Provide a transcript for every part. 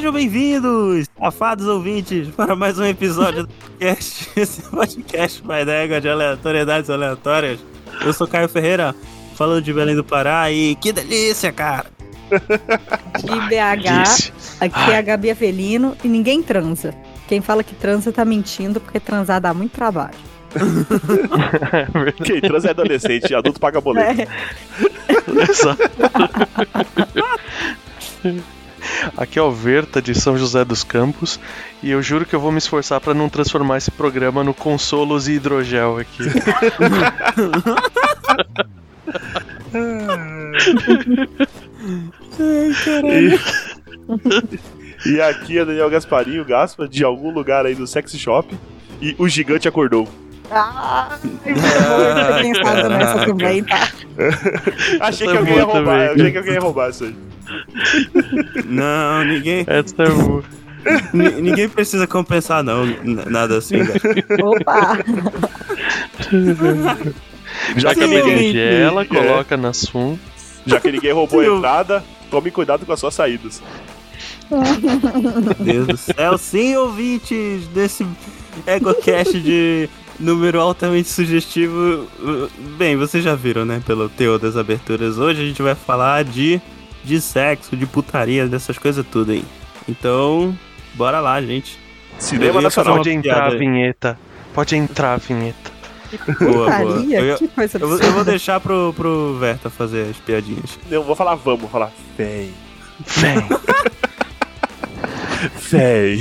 Sejam bem-vindos, safados ouvintes, para mais um episódio do podcast. Esse podcast vai dar égua de aleatoriedades aleatórias. Eu sou Caio Ferreira, falando de Belém do Pará, e que delícia, cara! De BH, aqui é a Gabi Avelino e ninguém transa. Quem fala que transa tá mentindo, porque transar dá muito trabalho. Quem transa é adolescente, adulto paga boleto. Exato. Aqui é o Verta de São José dos Campos e eu juro que eu vou me esforçar pra não transformar esse programa no Consolos e Hidrogel aqui. Ai, caralho. E aqui é Daniel Gasparinho, Gaspa, de algum lugar aí do Sexy Shop, e o gigante acordou. Eu vou ter pensado nessa também, tá? Achei que alguém ia roubar isso aí. Não, ninguém. Essa é boa. Ninguém precisa compensar, não. Nada assim, velho. Opa! Já que a Sim, berinjela, coloca na sum. Já que ninguém roubou a entrada, tome cuidado com as suas saídas. Meu Deus do céu, sim, ouvintes desse EgoCast de número altamente sugestivo. Bem, vocês já viram, né, pelo teor das aberturas. Hoje a gente vai falar de sexo, de putaria, dessas coisas tudo aí. Então, bora lá, gente. Cinema nacional. Pode entrar a vinheta. Pode entrar a vinheta. Boa. Putaria? Que coisa Eu vou deixar pro Verta fazer as piadinhas. Eu vou falar vou falar véi. Véi.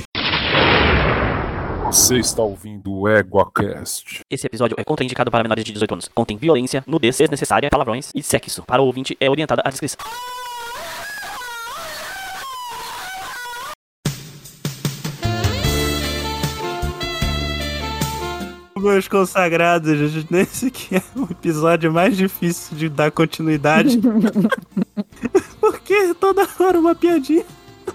Você está ouvindo o EgoCast. Esse episódio é contraindicado para menores de 18 anos. Contém violência, nudez desnecessária, palavrões e sexo. Para o ouvinte é orientada a descrição. Meus consagrados, nesse que é o episódio mais difícil de dar continuidade. Porque toda hora uma piadinha.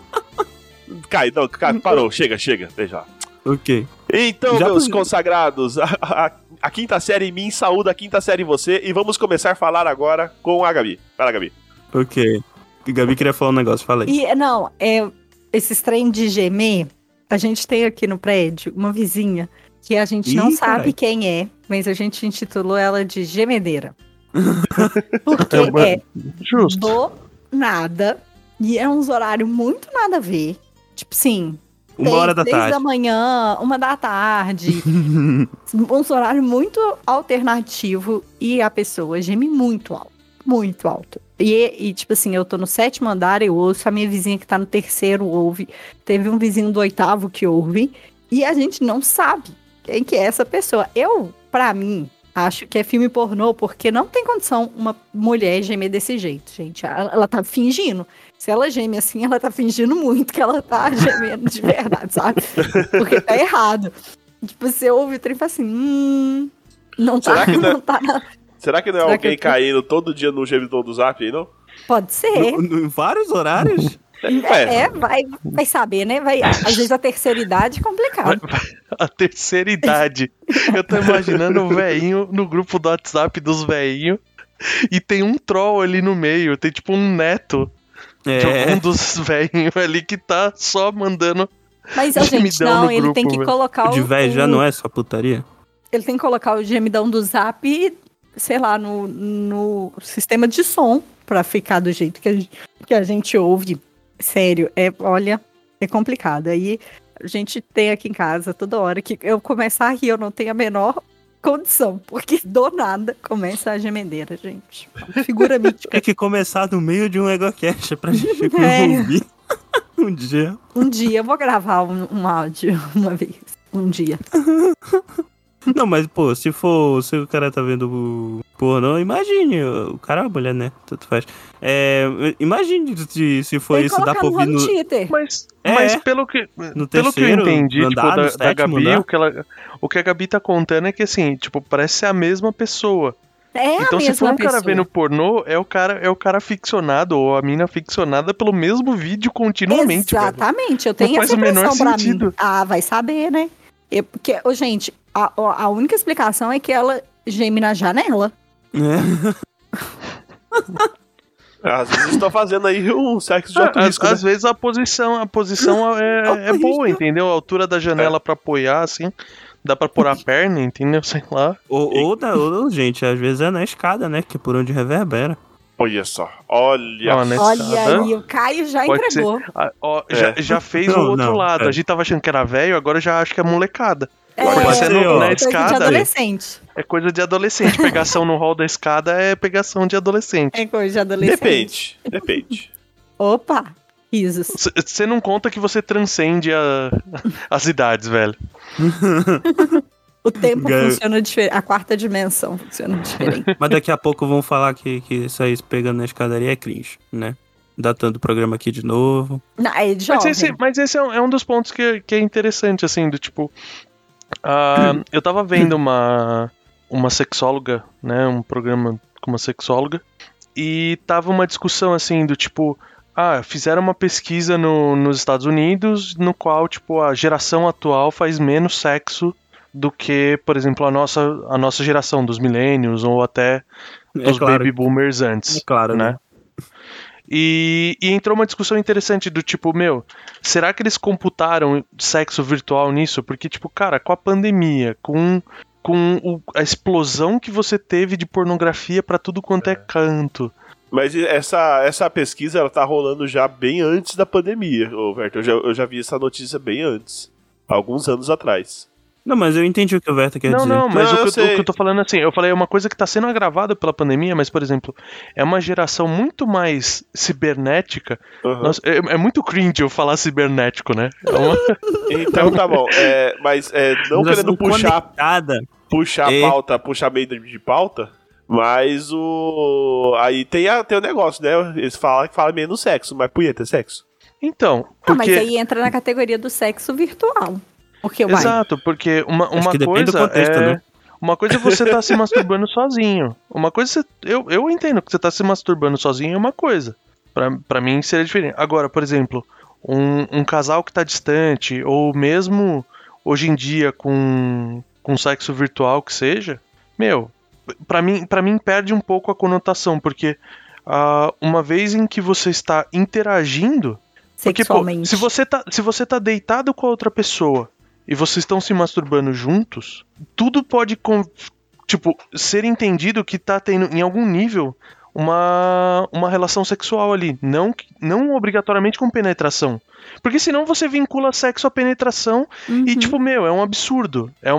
Cai, parou, chega, deixa. Ok. Então, Já meus foi. consagrados, a quinta série em mim saúda a quinta série em você, e vamos começar a falar agora com a Gabi. Fala, Gabi. Ok. Gabi queria falar um negócio, fala aí. E, não, esses trem de gemer, a gente tem aqui no prédio uma vizinha que a gente não sabe carai. quem é, mas a gente intitulou ela de gemedeira. Porque é Justo. do nada, e é uns horários muito nada a ver. Tipo assim, 1h da 6 tarde. da manhã, 1 da tarde. Um horário muito alternativo e a pessoa geme muito alto. Muito alto. E tipo assim, eu tô no 7º andar, eu ouço, a minha vizinha que tá no 3º ouve, teve um vizinho do 8º que ouve, e a gente não sabe quem que é essa pessoa. Eu, pra mim, acho que é filme pornô, porque não tem condição uma mulher gemer desse jeito, gente. Ela tá fingindo. Se ela geme assim, ela tá fingindo muito que ela tá gemendo de verdade, sabe? Porque tá errado. Tipo, você ouve o trem e fala assim, não tá, Será que não- não tá. Será que não é Será alguém que- caindo todo dia no gemidor do Zap aí, não? Pode ser. Em vários horários? Vai saber, né? Às vezes a terceira idade é complicado. A terceira idade. Eu tô imaginando o velhinho no grupo do WhatsApp dos velhinhos e tem um troll ali no meio. Tem tipo um neto de algum dos velhinhos ali que tá só mandando. Mas, gente, Gemidão não, no ele grupo, tem que velho. colocar O de velho já não é só putaria? Ele tem que colocar o gemidão do Zap, sei lá, no sistema de som pra ficar do jeito que a gente ouve. Sério, olha, é complicado. Aí a gente tem aqui em casa toda hora que eu começar a rir, eu não tenho a menor condição, porque do nada começa a gemedeira, gente. Figura mítica. Tem que começar no meio de um EgoCast pra gente ouvir um dia. Um dia eu vou gravar um áudio uma vez. Um dia. Não, mas, pô, se o cara tá vendo o pornô, imagine, o cara é uma mulher, né? Tanto faz. Imagine se for Tem que isso, dá colocar pra no ouvir home no... theater. Mas É. pelo que No eu terceiro entendi, tipo, andar, no da sétimo Gabi, andar? o que a Gabi tá contando é que assim, tipo, parece ser a mesma pessoa. É a Então, se mesma for um cara pessoa. vendo pornô, é o cara ficcionado, ou a mina ficcionada pelo mesmo vídeo continuamente. velho. Exatamente, eu tenho Não faz essa o menor impressão pra mim. sentido. Ah, vai saber, né? Porque, gente, a única explicação é que ela geme na janela. É. Às vezes estão fazendo aí um sexo de alto risco, Às vezes a posição é boa, entendeu? A altura da janela pra apoiar, assim. Dá pra pôr a perna, entendeu? Sei lá. Ou, gente, às vezes é na escada, né? Que é por onde reverbera. Olha só, olha. Olha aí, o Caio já Pode entregou. Já fez Não, o outro não, lado. A gente tava achando que era velho, agora eu já acho que é molecada. Pode Porque ser, você não, ó. na Coisa de escada adolescente. é coisa de adolescente. Pegação no hall da escada é pegação de adolescente. É coisa de adolescente. Depende. Opa, risos. Você não conta que você transcende as idades, velho. O tempo Ganho. funciona diferente. A quarta dimensão funciona diferente. Mas daqui a pouco vão falar que isso aí pegando na escadaria é cringe, né? Datando o programa aqui de novo. Não, é jovem. Mas esse é um dos pontos que é interessante, assim, do tipo... eu tava vendo uma sexóloga, né, um programa com uma sexóloga, e tava uma discussão, assim, do tipo... fizeram uma pesquisa nos Estados Unidos, no qual, tipo, a geração atual faz menos sexo do que, por exemplo, a nossa geração dos millennials, ou até dos claro. baby boomers antes. É claro, né? E entrou uma discussão interessante do tipo, será que eles computaram sexo virtual nisso? Porque, tipo, cara, com a pandemia, com a explosão que você teve de pornografia pra tudo quanto é canto. Mas essa pesquisa, ela tá rolando já bem antes da pandemia, ô Verto. Eu já vi essa notícia bem antes. Alguns anos atrás. Não, mas eu entendi o que o Verta quer dizer. Não, mas Não, o eu que eu tô falando assim, eu falei, é uma coisa que tá sendo agravada pela pandemia, mas, por exemplo, é uma geração muito mais cibernética. Uhum. Nossa, é muito cringe eu falar cibernético, né? Então tá bom. Mas não querendo puxar pauta, puxar meio de pauta, mas aí tem o negócio, né? Eles falam que fala menos sexo, mas punheta é sexo. Então, Mas aí entra na categoria do sexo virtual. Porque Exato, porque uma Acho que depende do coisa contexto, né? Uma coisa é você tá se masturbando sozinho. Uma coisa eu entendo que você tá se masturbando sozinho é uma coisa. Pra mim seria diferente. Agora, por exemplo, um casal que tá distante, ou mesmo hoje em dia com sexo virtual que seja, pra mim perde um pouco a conotação, porque uma vez em que você está interagindo, porque, sexualmente. se você tá deitado com a outra pessoa e vocês estão se masturbando juntos, tudo pode, ser entendido que tá tendo, em algum nível, uma relação sexual ali. Não obrigatoriamente com penetração. Porque senão você vincula sexo à penetração e, é um absurdo. É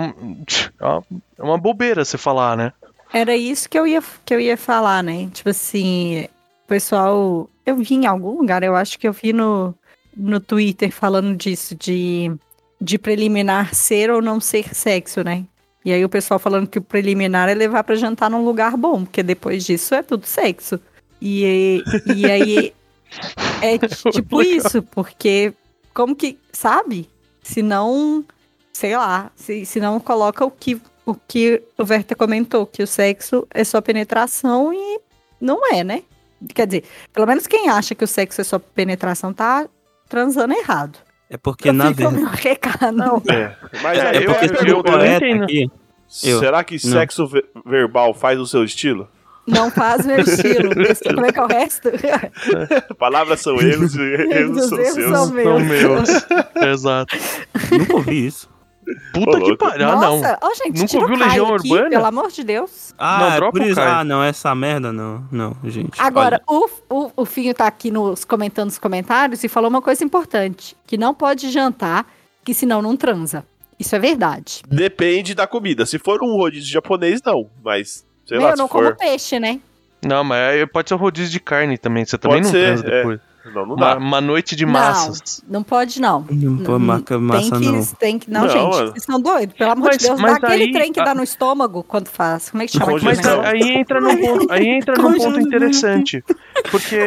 uma bobeira você falar, né? Era isso que eu ia falar, né? Tipo assim, pessoal... Eu vi em algum lugar, eu acho que eu vi no Twitter falando disso, de preliminar ser ou não ser sexo, né? E aí o pessoal falando que o preliminar é levar pra jantar num lugar bom, porque depois disso é tudo sexo. E aí é tipo isso, porque como que, sabe? Se não, sei lá, se não coloca o que o Werther comentou, que o sexo é só penetração e não é, né? Quer dizer, pelo menos quem acha que o sexo é só penetração tá transando errado. É porque, na verdade... Meu recado. Mas É porque o poeta aqui... Será que sexo verbal faz o seu estilo? Não faz meu estilo. Como é que é o resto? Palavras são erros e erros são seus. São meus. Exato. Nunca ouvi isso. Puta que pariu, não. Nossa, gente, Nunca tira ouviu o Caio Legião aqui, Urbana? pelo amor de Deus. Não, dropa por o isso. Caio. Não, essa merda não, gente. Agora, o Finho tá aqui comentando nos comentários e falou uma coisa importante, que não pode jantar, que senão não transa. Isso é verdade. Depende da comida. Se for um rodízio japonês, não. Mas, sei lá, Eu não se for... como peixe, né? Não, mas aí pode ser um rodízio de carne também. Você também Pode não ser, transa depois. Não dá. Uma noite de massas. Não pode, não. Não pode marcar massa, não. Não, gente, mano. vocês são doidos. Pelo amor de Deus, dá aquele trem que dá no estômago quando faz. Como é que chama aquilo? Mas Congestão. aí entra num ponto interessante. Porque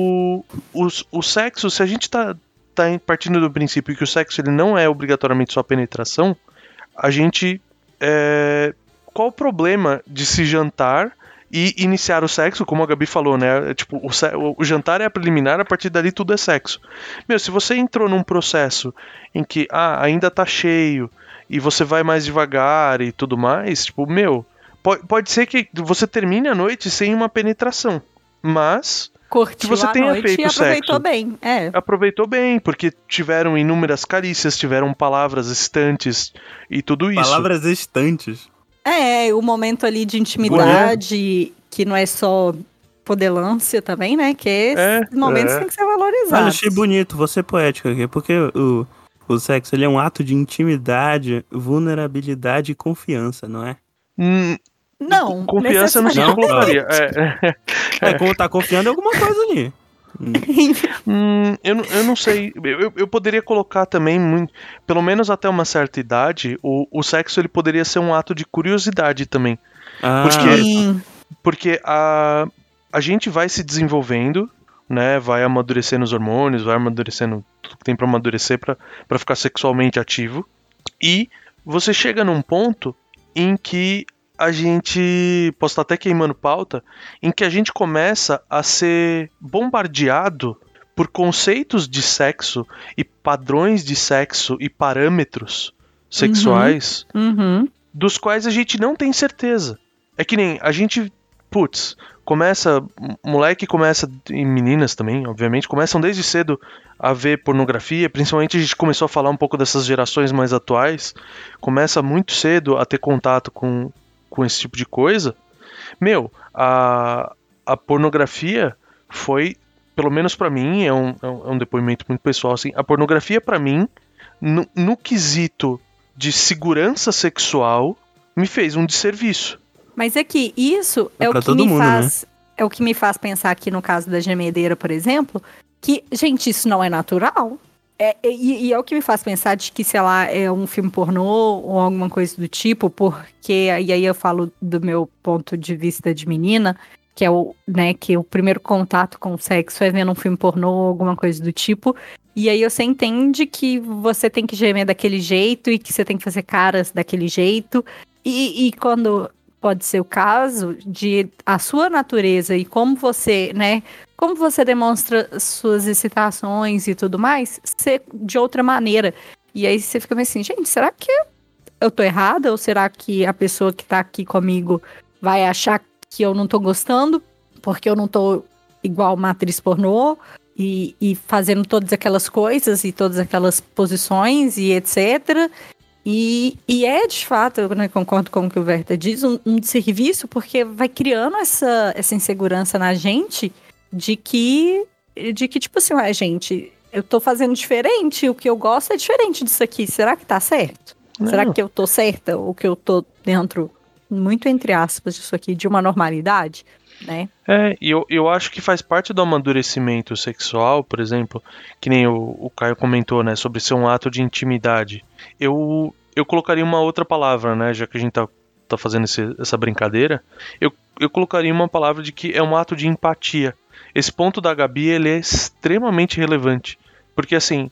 o sexo, se a gente tá partindo do princípio que o sexo ele não é obrigatoriamente só penetração, a gente... qual o problema de se jantar e iniciar o sexo, como a Gabi falou, né? Tipo, o jantar é a preliminar, a partir dali tudo é sexo. Se você entrou num processo em que ainda tá cheio e você vai mais devagar e tudo mais, tipo, pode ser que você termine a noite sem uma penetração, mas curtiu que você a tenha noite feito e aproveitou sexo. bem. Aproveitou bem, porque tiveram inúmeras carícias, tiveram palavras excitantes e tudo isso. Palavras excitantes. O momento ali de intimidade, que não é só podelância também, né? Que esses momentos têm que ser valorizados. Olha, achei bonito, vou ser poético aqui, porque o sexo ele é um ato de intimidade, vulnerabilidade e confiança, não é? Não, confiança eu não sei se eu colocaria. Como tá confiando em alguma coisa ali. Eu não sei. Eu poderia colocar também, pelo menos até uma certa idade, o sexo ele poderia ser um ato de curiosidade também. Porque a gente vai se desenvolvendo, né? Vai amadurecendo os hormônios, vai amadurecendo tudo que tem pra amadurecer pra ficar sexualmente ativo. E você chega num ponto em que a gente, posso estar até queimando pauta, em que a gente começa a ser bombardeado por conceitos de sexo e padrões de sexo e parâmetros sexuais dos quais a gente não tem certeza. É que nem a gente, moleque começa, e meninas também, obviamente, começam desde cedo a ver pornografia, principalmente a gente começou a falar um pouco dessas gerações mais atuais, começa muito cedo a ter contato com esse tipo de coisa. A pornografia foi, pelo menos pra mim, é um depoimento muito pessoal, assim, a pornografia pra mim, no quesito de segurança sexual, me fez um desserviço. Mas é que isso é o que me faz pensar aqui no caso da gemedeira, por exemplo, que, gente, isso não é natural. E é o que me faz pensar de que, sei lá, é um filme pornô ou alguma coisa do tipo, porque, e aí eu falo do meu ponto de vista de menina, que é que o primeiro contato com o sexo é vendo um filme pornô ou alguma coisa do tipo, e aí você entende que você tem que gemer daquele jeito e que você tem que fazer caras daquele jeito, e quando pode ser o caso de a sua natureza e como você, né, como você demonstra suas excitações e tudo mais, ser de outra maneira. E aí você fica meio assim, gente, será que eu tô errada? Ou será que a pessoa que tá aqui comigo vai achar que eu não tô gostando? Porque eu não tô igual uma atriz pornô e fazendo todas aquelas coisas e todas aquelas posições e etc. E é, de fato, eu concordo com o que o Werther diz, um desserviço, porque vai criando essa insegurança na gente de que tipo assim, gente, eu tô fazendo diferente, o que eu gosto é diferente disso aqui, será que tá certo? Não. Será que eu tô certa? Ou que eu tô dentro, muito entre aspas, disso aqui, de uma normalidade, né? E eu acho que faz parte do amadurecimento sexual, por exemplo, que nem o Caio comentou, né, sobre ser um ato de intimidade. Eu colocaria uma outra palavra, né, já que a gente tá fazendo essa brincadeira, eu colocaria uma palavra de que é um ato de empatia. Esse ponto da Gabi, ele é extremamente relevante, porque assim,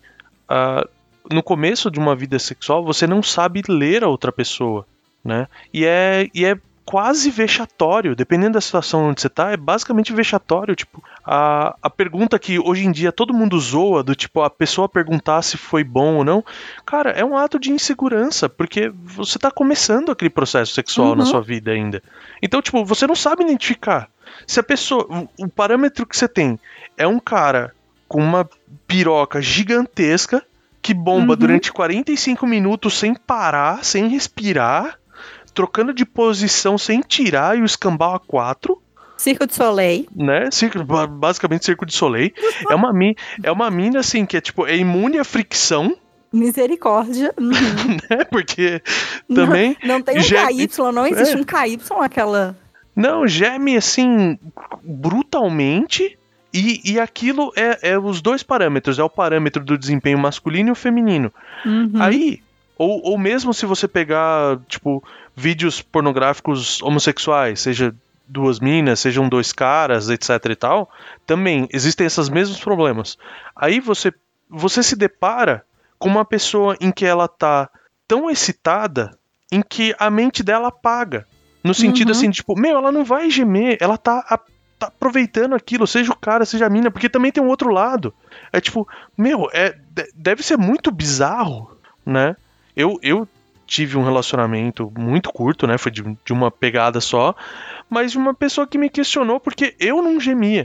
no começo de uma vida sexual, você não sabe ler a outra pessoa, né, e é quase vexatório, dependendo da situação onde você tá, é basicamente vexatório, tipo, a pergunta que hoje em dia todo mundo zoa, do tipo, a pessoa perguntar se foi bom ou não, cara, é um ato de insegurança, porque você tá começando aquele processo sexual na sua vida ainda. Então, tipo, você não sabe identificar. Se a pessoa, o parâmetro que você tem é um cara com uma piroca gigantesca, que bomba durante 45 minutos sem parar, sem respirar, trocando de posição sem tirar e o escambau a 4. Circo de Soleil. Né? Basicamente Circo de Soleil. É uma mina, assim, que é imune à fricção. Misericórdia. Né? Porque também... Não tem um KY, não existe um KY aquela... Não, geme, assim, brutalmente... E aquilo é os dois parâmetros. É o parâmetro do desempenho masculino e o feminino. Aí... Ou mesmo se você pegar, tipo, vídeos pornográficos homossexuais, seja duas minas, sejam dois caras, etc e tal, também existem esses mesmos problemas. Aí você se depara com uma pessoa em que ela tá tão excitada, em que a mente dela apaga. No sentido assim, tipo, ela não vai gemer, ela tá aproveitando aquilo, seja o cara, seja a mina, porque também tem um outro lado. É tipo, deve ser muito bizarro, né? Eu tive um relacionamento muito curto, né? Foi de uma pegada só, mas de uma pessoa que me questionou porque eu não gemia.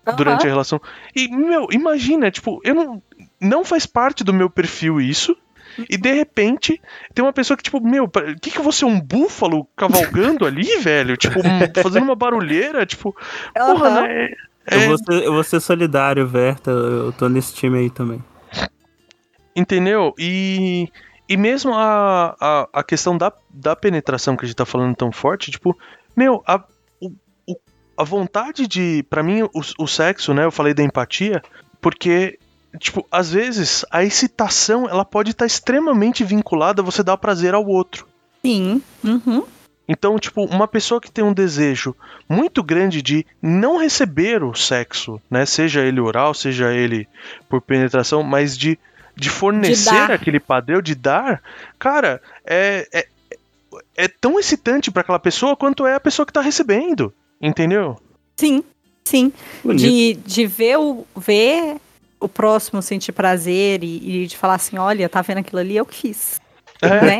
durante a relação. E, imagina, tipo, eu não faz parte do meu perfil isso. E de repente, tem uma pessoa que, tipo, que você é um búfalo cavalgando ali, velho? Tipo, fazendo uma barulheira, tipo, porra, né? Eu vou ser solidário, Verta, eu tô nesse time aí também. Entendeu? E mesmo a questão da penetração que a gente tá falando tão forte, tipo, a vontade de, pra mim, o sexo, né, eu falei da empatia, porque... Tipo, às vezes, a excitação, ela pode estar extremamente vinculada a você dar prazer ao outro. Sim. Uhum. Então, tipo, uma pessoa que tem um desejo muito grande de não receber o sexo, né? Seja ele oral, seja ele por penetração, mas de fornecer aquele padrão, de dar, cara, é tão excitante para aquela pessoa quanto é a pessoa que tá recebendo, entendeu? Sim. De ver o próximo sentir prazer e de falar assim, olha, tá vendo aquilo ali? Eu que fiz. Né?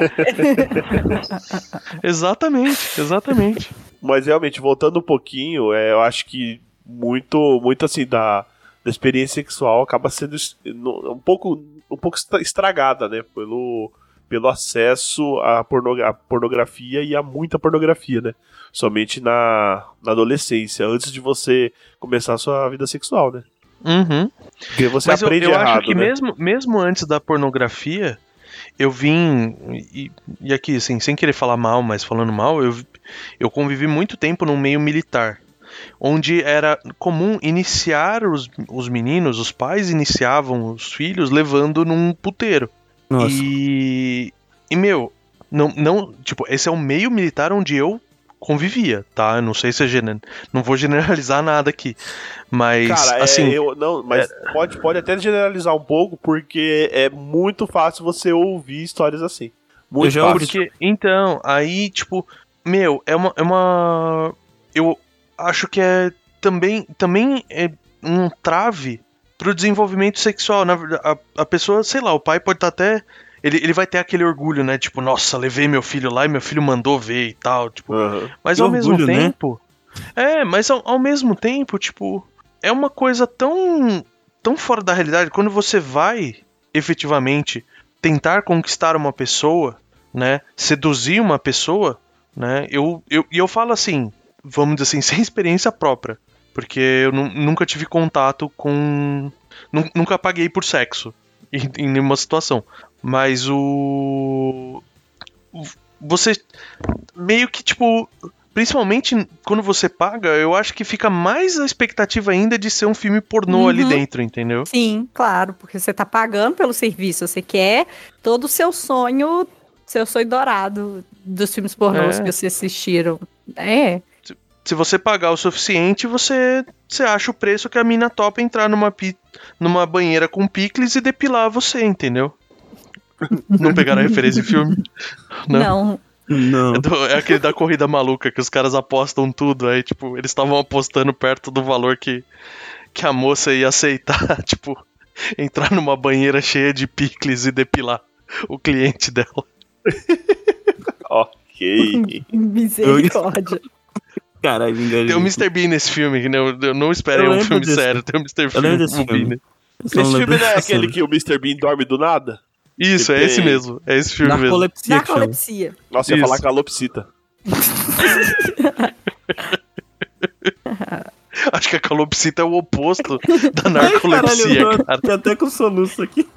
Exatamente. Mas realmente, voltando um pouquinho, eu acho que muito assim da experiência sexual acaba sendo um pouco estragada, né? Pelo acesso à pornografia e a muita pornografia, né? Somente na adolescência, antes de você começar a sua vida sexual, né? Uhum. Porque você Mas aprende eu errado, acho que né? mesmo antes da pornografia, eu vim, e aqui, assim, sem querer falar mal, mas falando mal, eu convivi muito tempo num meio militar, onde era comum iniciar os meninos, os pais iniciavam os filhos levando num puteiro. Nossa. E não, tipo, esse é um meio militar onde eu convivia, tá? Eu não sei se não vou generalizar nada aqui, mas cara, assim, pode até generalizar um pouco, porque é muito fácil você ouvir histórias assim. Muito fácil. Porque então, aí tipo, eu acho que é também é um trave pro desenvolvimento sexual. Na verdade, a pessoa, sei lá, o pai pode estar até ele vai ter aquele orgulho, né? Tipo, nossa, levei meu filho lá e meu filho mandou ver e tal. Tipo, mas ao mesmo tempo... Né? Mas ao mesmo tempo, tipo... É uma coisa tão fora da realidade. Quando você vai, efetivamente, tentar conquistar uma pessoa, né? Seduzir uma pessoa, né? Eu falo assim, vamos dizer assim, sem experiência própria. Porque eu nunca tive contato com... Nunca paguei por sexo. Em nenhuma situação. Mas você meio que, tipo, principalmente quando você paga, eu acho que fica mais a expectativa ainda de ser um filme pornô ali dentro, entendeu? Sim, claro, porque você tá pagando pelo serviço, você quer todo o seu sonho dourado dos filmes pornôs que vocês assistiram. Se você pagar o suficiente, você acha o preço que a mina topa entrar numa banheira com picles e depilar você, entendeu? Não pegaram a referência de filme? Não. É aquele da corrida maluca, que os caras apostam tudo, aí, tipo, eles estavam apostando perto do valor que a moça ia aceitar, tipo, entrar numa banheira cheia de picles e depilar o cliente dela. Ok. Misericórdia. Caralho, me enganei. Tem o Mr. Bean nesse filme, né? Eu não esperei um filme sério. Tem o Mr. Bean. Esse filme não é aquele que o Mr. Bean dorme do nada? Isso, é esse mesmo. É esse filme mesmo. Narcolepsia. Nossa, eu ia falar calopsita. Acho que a calopsita é o oposto da narcolepsia, caralho, cara. Tô até com soluço aqui.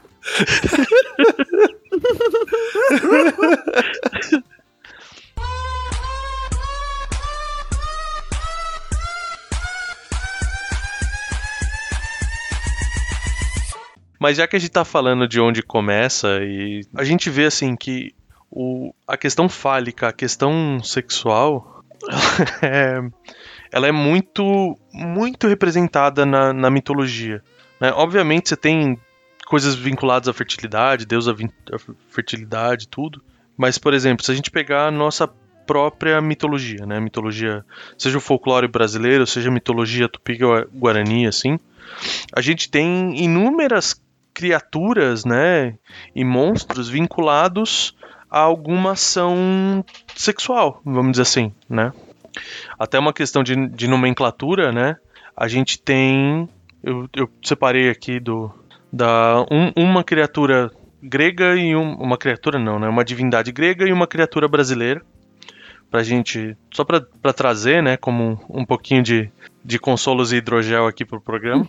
Mas já que a gente tá falando de onde começa, e a gente vê assim que a questão fálica, a questão sexual, ela é muito, muito representada na mitologia, né? Obviamente você tem coisas vinculadas à fertilidade, Deus à fertilidade, tudo. Mas, por exemplo, se a gente pegar a nossa própria mitologia, né? Mitologia, seja o folclore brasileiro, seja a mitologia tupi-guarani, assim, a gente tem inúmeras criaturas, né, e monstros vinculados a alguma ação sexual, vamos dizer assim, né? Até uma questão de nomenclatura, né? a gente tem... Eu separei aqui uma criatura grega e uma criatura não, né? Uma divindade grega e uma criatura brasileira. Pra gente... Só pra trazer, né? Como um pouquinho de consolos e hidrogel aqui pro programa.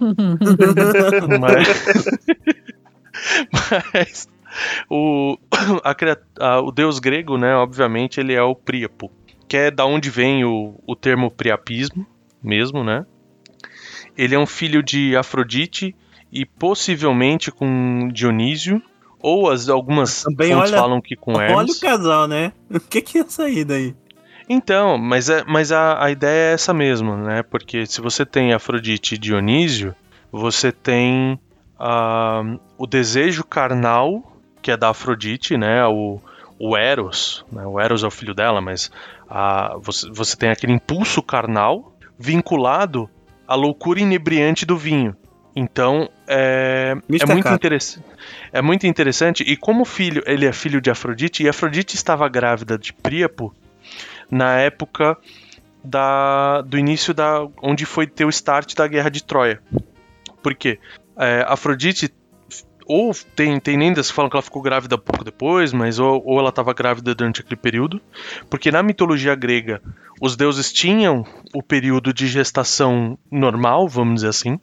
Mas o deus grego, né? Obviamente, ele é o Príapo. Que é da onde vem o termo priapismo mesmo, né? Ele é um filho de Afrodite e possivelmente com Dionísio, ou algumas também, fontes falam que com Hermes. Olha o casal, né? O que ia sair daí? Então, mas a ideia é essa mesmo, né? Porque se você tem Afrodite e Dionísio, você tem o desejo carnal, que é da Afrodite, né? O Eros, né? O Eros é o filho dela, mas você tem aquele impulso carnal vinculado à loucura inebriante do vinho. Então, é muito interessante. E como ele é filho de Afrodite, e Afrodite estava grávida de Príapo na época do início onde foi ter o start da Guerra de Troia. Por quê? Afrodite, ou tem lendas que falam que ela ficou grávida pouco depois, mas ou ela estava grávida durante aquele período, porque na mitologia grega os deuses tinham o período de gestação normal, vamos dizer assim.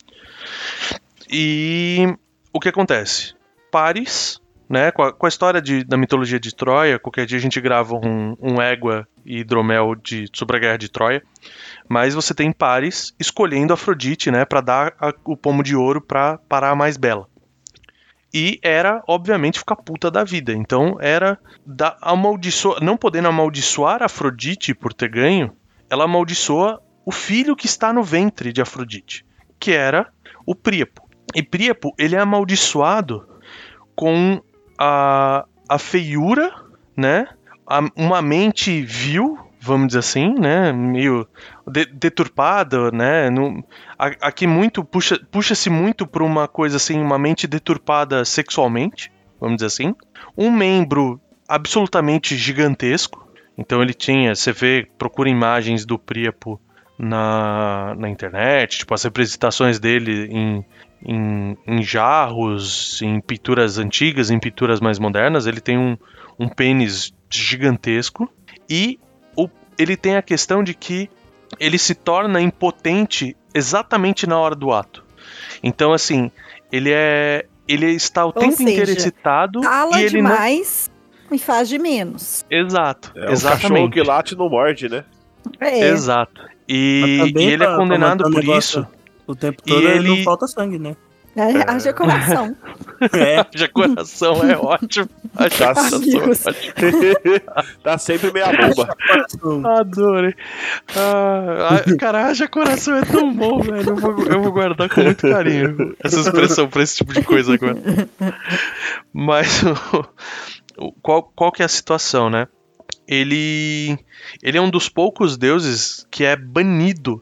E o que acontece? Paris, né, com a história da mitologia de Troia, qualquer dia a gente grava um Égua e Hidromel sobre a Guerra de Troia, mas você tem Paris escolhendo Afrodite, né, para dar o pomo de ouro para parar a mais bela. E era, obviamente, ficar puta da vida. Então era não podendo amaldiçoar Afrodite por ter ganho, ela amaldiçoa o filho que está no ventre de Afrodite, que era o Príapo. E Príapo, ele é amaldiçoado com a feiura, né? Uma mente vil, vamos dizer assim, né? Meio deturpada, né? Aqui puxa-se muito por uma coisa assim, uma mente deturpada sexualmente, vamos dizer assim. Um membro absolutamente gigantesco. Então ele procura imagens do Príapo na internet, tipo as representações dele em jarros, em pinturas antigas, em pinturas mais modernas. Ele tem um pênis gigantesco e ele tem a questão de que ele se torna impotente exatamente na hora do ato. Então, assim, ele está o tempo inteiro excitado fala e ele demais e faz de menos. Exato, exatamente. O cachorro que late não morde, né? Exato. E ele é condenado por isso. O tempo todo ele não falta sangue, né? Haja coração. Haja coração é ótimo. Haja coração é ótimo. Tá sempre meia bomba. Adorei. Cara, haja coração é tão bom, velho. Eu vou guardar com muito carinho essa expressão pra esse tipo de coisa agora. Mas qual que é a situação, né? Ele é um dos poucos deuses que é banido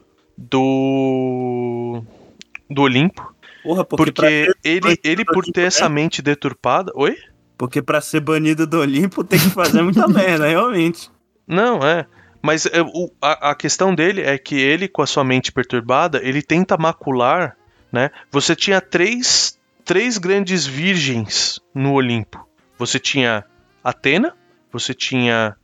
do Olimpo. Porra, porque ele por ter essa mente deturpada... Oi? Porque pra ser banido do Olimpo tem que fazer muita merda, realmente. Não, mas a questão dele é que ele, com a sua mente perturbada, ele tenta macular, né? Você tinha três grandes virgens no Olimpo. Você tinha Atena, você tinha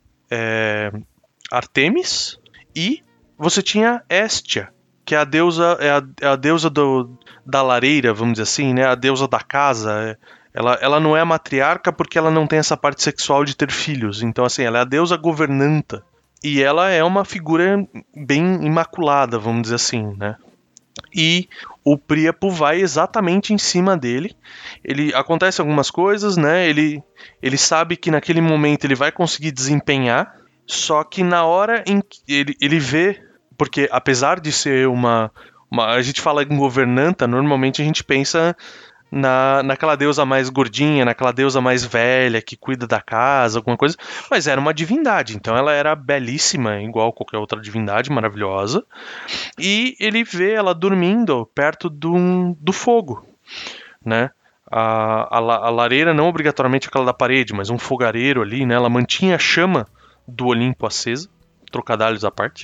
Artemis e você tinha Hestia, que é a deusa, a deusa da lareira, vamos dizer assim, né? A deusa da casa. Ela não é a matriarca porque ela não tem essa parte sexual de ter filhos. Então, assim, ela é a deusa governanta. E ela é uma figura bem imaculada, vamos dizer assim, né? E o Príapo vai exatamente em cima dele. Acontece algumas coisas, né? Ele sabe que naquele momento ele vai conseguir desempenhar. Só que na hora em que ele vê... Porque apesar de ser a gente fala em governanta, normalmente a gente pensa naquela deusa mais gordinha, naquela deusa mais velha, que cuida da casa, alguma coisa. Mas era uma divindade, então ela era belíssima, igual qualquer outra divindade, maravilhosa. E ele vê ela dormindo perto do fogo, né? A lareira não obrigatoriamente aquela da parede, mas um fogareiro ali, né? Ela mantinha a chama do Olimpo acesa. trocadilhos à parte.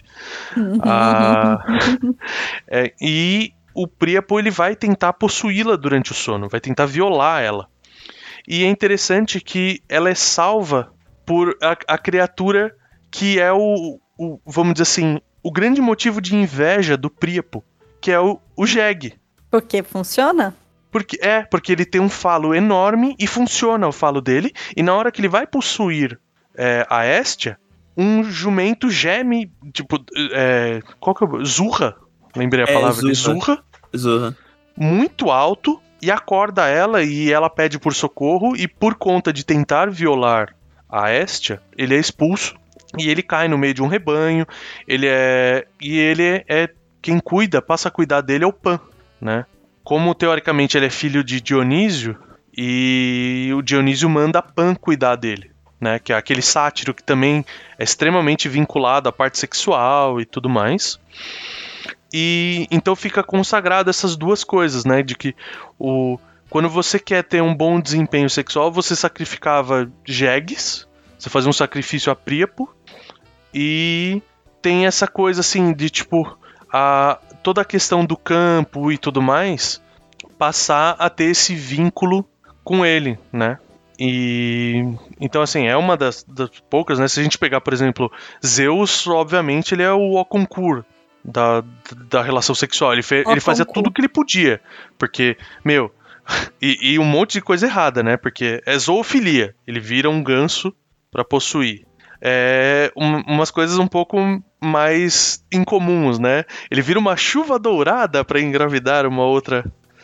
E o Príapo ele vai tentar possuí-la durante o sono, vai tentar violar ela. E é interessante que ela é salva por a criatura que é vamos dizer assim, o grande motivo de inveja do Príapo, que é o Jeg. Porque funciona? Porque ele tem um falo enorme e funciona o falo dele, e na hora que ele vai possuir a Hestia, um jumento geme, tipo, qual que é? Zurra, lembrei a palavra dele, Zurra, muito alto, e acorda ela, e ela pede por socorro, e por conta de tentar violar a Hestia, ele é expulso, e ele cai no meio de um rebanho, ele é quem passa a cuidar dele é o Pan, né? Como teoricamente ele é filho de Dionísio, e o Dionísio manda Pan cuidar dele, né? Que é aquele sátiro que também é extremamente vinculado à parte sexual e tudo mais. E então fica consagrado essas duas coisas, né? De que quando você quer ter um bom desempenho sexual, você sacrificava jegues, você fazia um sacrifício a Príapo, e tem essa coisa assim de tipo toda a questão do campo e tudo mais passar a ter esse vínculo com ele, né? E então assim, é uma das poucas, né? Se a gente pegar, por exemplo, Zeus, obviamente ele é o Okonkwo da relação sexual, ele fazia tudo o que ele podia, porque, e um monte de coisa errada, né? Porque é zoofilia, ele vira um ganso pra possuir. Umas coisas um pouco mais incomuns, né? Ele vira uma chuva dourada pra engravidar uma outra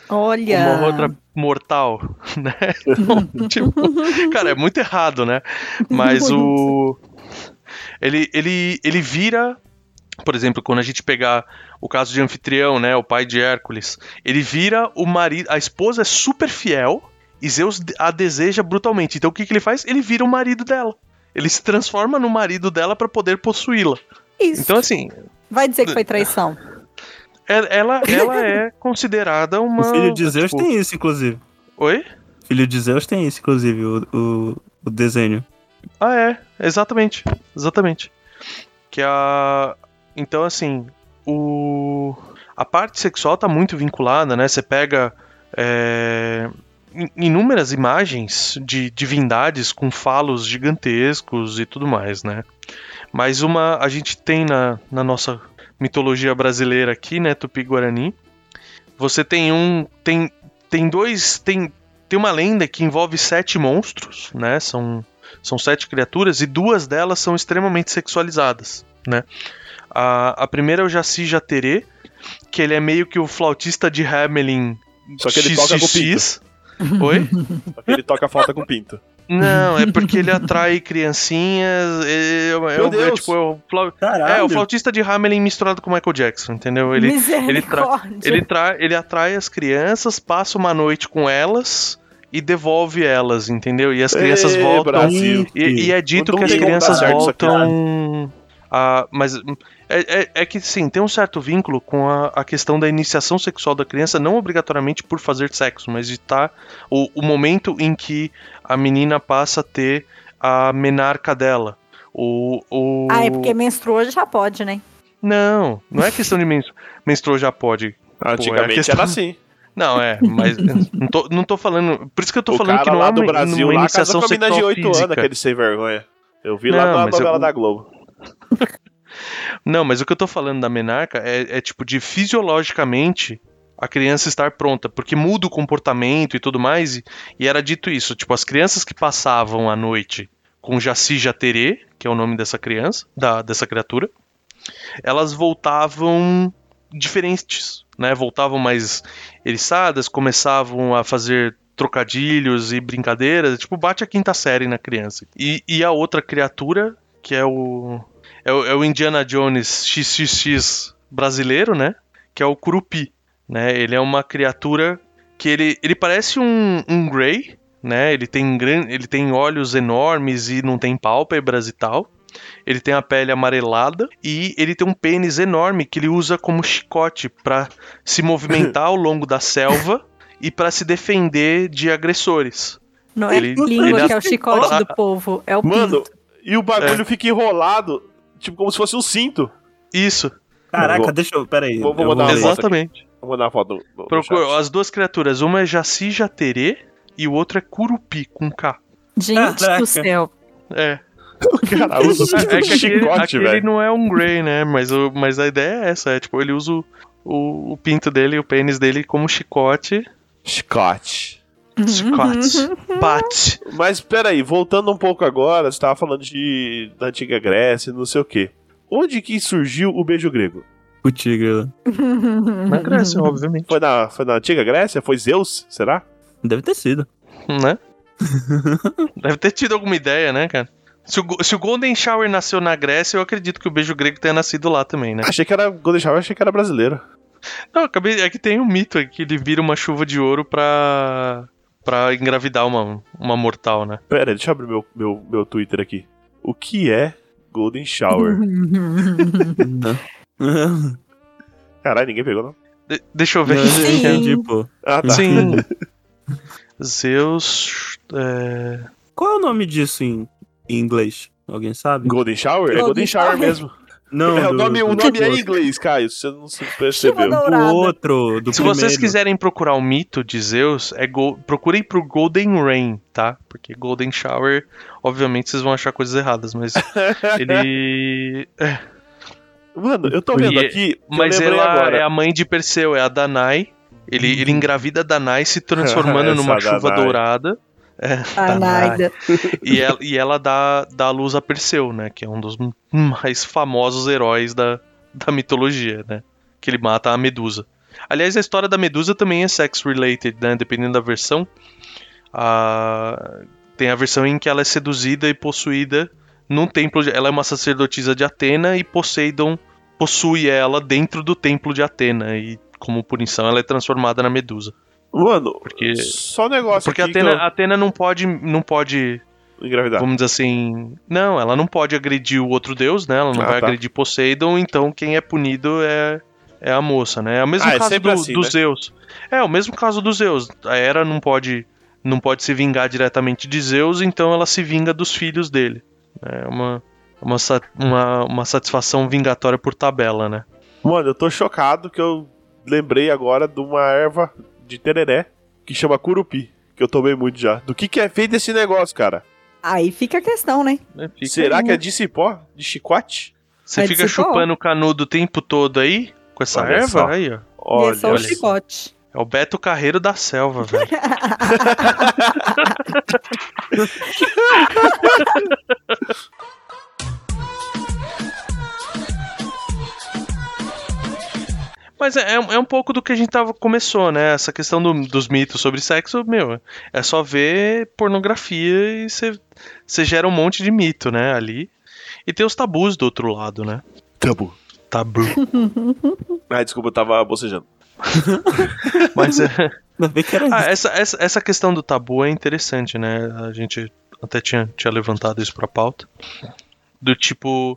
mortal, né? Tipo, cara, é muito errado, né? Mas ele vira, por exemplo, quando a gente pegar o caso de Anfitrião, né, o pai de Hércules, ele vira o marido, a esposa é super fiel e Zeus a deseja brutalmente. Então o que ele faz? Ele vira o marido dela. Ele se transforma no marido dela pra poder possuí-la. Isso. Então assim, vai dizer que foi traição. Ela é considerada uma... O filho de Zeus tem isso, inclusive. Oi? O filho de Zeus tem isso, inclusive, o desenho. Exatamente. Que Então, assim, a parte sexual tá muito vinculada, né? Você pega inúmeras imagens de divindades com falos gigantescos e tudo mais, né? Mas a gente tem na nossa mitologia brasileira aqui, né, Tupi-Guarani, você tem uma lenda que envolve 7 monstros, né? São 7 criaturas e 2 delas são extremamente sexualizadas, né? A primeira é o Jaci Jaterê, que ele é meio que o flautista de Hamelin. Só que ele toca com pinto. Oi? Só que ele toca flauta com pinto. Não, é porque ele atrai criancinhas. O flautista de Hamelin misturado com Michael Jackson, entendeu? Ele atrai as crianças, passa uma noite com elas e devolve elas, entendeu? E as crianças voltam. Brasil. E é dito que as crianças voltam. Mas é que sim, tem um certo vínculo com a questão da iniciação sexual da criança, não obrigatoriamente por fazer sexo, mas de o momento em que a menina passa a ter a menarca dela. É porque menstruou já pode, né? Não é questão de menstruou já pode. Antigamente era assim. Não, mas não tô falando. Por isso que eu tô falando que não lá é do Brasil, uma lá iniciação casou com a menina de 8 física. anos, aquele sem vergonha. Eu vi lá na novela da Globo. Não, mas o que eu tô falando da menarca é tipo de fisiologicamente a criança estar pronta, porque muda o comportamento e tudo mais, e era dito isso, tipo, as crianças que passavam a noite com Jaci Jaterê, que é o nome dessa criança, dessa criatura, elas voltavam diferentes, né? Voltavam mais eriçadas, começavam a fazer trocadilhos e brincadeiras, tipo, bate a 5ª série na criança. E a outra criatura, que é o Indiana Jones XXX brasileiro, né? Que é o Curupi, né? Ele é uma criatura que ele parece um Grey, né? Ele tem olhos enormes e não tem pálpebras e tal. Ele tem a pele amarelada e ele tem um pênis enorme que ele usa como chicote para se movimentar ao longo da selva e para se defender de agressores. Não é língua que é o chicote do povo, é o Mano, pinto. E o bagulho fica enrolado tipo, como se fosse um cinto. Isso. Caraca, peraí. Vou mandar uma Exatamente. Vou mandar uma foto no Procura as duas criaturas. Uma é Jaci Jaterê e o outro é Curupi, com K. Gente do céu. É. Cara, usa que chicote, aquele velho. não é um Grey, né? Mas a ideia é essa. É tipo, ele usa o pinto dele, o pênis dele como chicote. Chicote. Bate. Mas peraí, voltando um pouco agora, você tava falando da antiga Grécia, não sei o quê. Onde que surgiu o beijo grego? O tigre lá. Na Grécia, obviamente. Foi na antiga Grécia? Foi Zeus, será? Deve ter sido. Né? Deve ter tido alguma ideia, né, cara? Se o Golden Shower nasceu na Grécia, eu acredito que o beijo grego tenha nascido lá também, né? Achei que era Golden Shower, achei que era brasileiro. Não, é que tem um mito aí que ele vira uma chuva de ouro pra engravidar uma mortal, né? Pera aí, deixa eu abrir meu Twitter aqui. O que é Golden Shower? Caralho, ninguém pegou, não? Deixa eu ver. Não, eu entendi, pô. Ah, tá. Sim. Zeus. Qual é o nome disso em inglês? Alguém sabe? Golden Shower? É Golden Shower mesmo. Não, o nome é em inglês, Caio, você não se percebeu. O outro, do Se primeiro. vocês quiserem procurar o mito de Zeus, procurem pro Golden Rain, tá? Porque Golden Shower, obviamente vocês vão achar coisas erradas, mas ele... Mano, eu tô vendo aqui, mas eu ela agora. é a mãe de Perseu, é a Danae. Ele engravida a Danae se transformando numa chuva Danae. dourada. Danaida. E ela dá a luz a Perseu, né? Que é um dos mais famosos heróis da mitologia, né? Que ele mata a Medusa. Aliás, a história da Medusa também é sex-related, né? Dependendo da versão. Tem a versão em que ela é seduzida e possuída num templo. Ela é uma sacerdotisa de Atena e Poseidon possui ela dentro do templo de Atena. E como punição ela é transformada na Medusa. Mano, Porque, só um negócio porque aqui Atena não pode engravidar. vamos dizer assim, não, ela não pode agredir o outro deus, né? Ela não vai agredir Poseidon, então quem é punido é a moça, né? É o mesmo caso assim, do né? Zeus. É o mesmo caso do Zeus. A Hera não pode se vingar diretamente de Zeus, então ela se vinga dos filhos dele. É uma satisfação vingatória por tabela, né? Mano, eu tô chocado que eu lembrei agora de uma erva de tereré que chama curupi, que eu tomei muito já. Do que é feito esse negócio, cara? Aí fica a questão, né? Será que é de cipó? De chicote? Você fica chupando o canudo o tempo todo aí? Com essa Olha erva? só. Aí, ó. Olha, e é só o chicote. É o Beto Carreiro da selva, velho. Mas é um pouco do que a gente começou, né? Essa questão dos mitos sobre sexo, meu, é só ver pornografia e você gera um monte de mito, né, ali. E tem os tabus do outro lado, né? Tabu. Desculpa, eu tava bocejando. Mas que era isso. essa questão do tabu é interessante, né? A gente até tinha levantado isso pra pauta. Do tipo,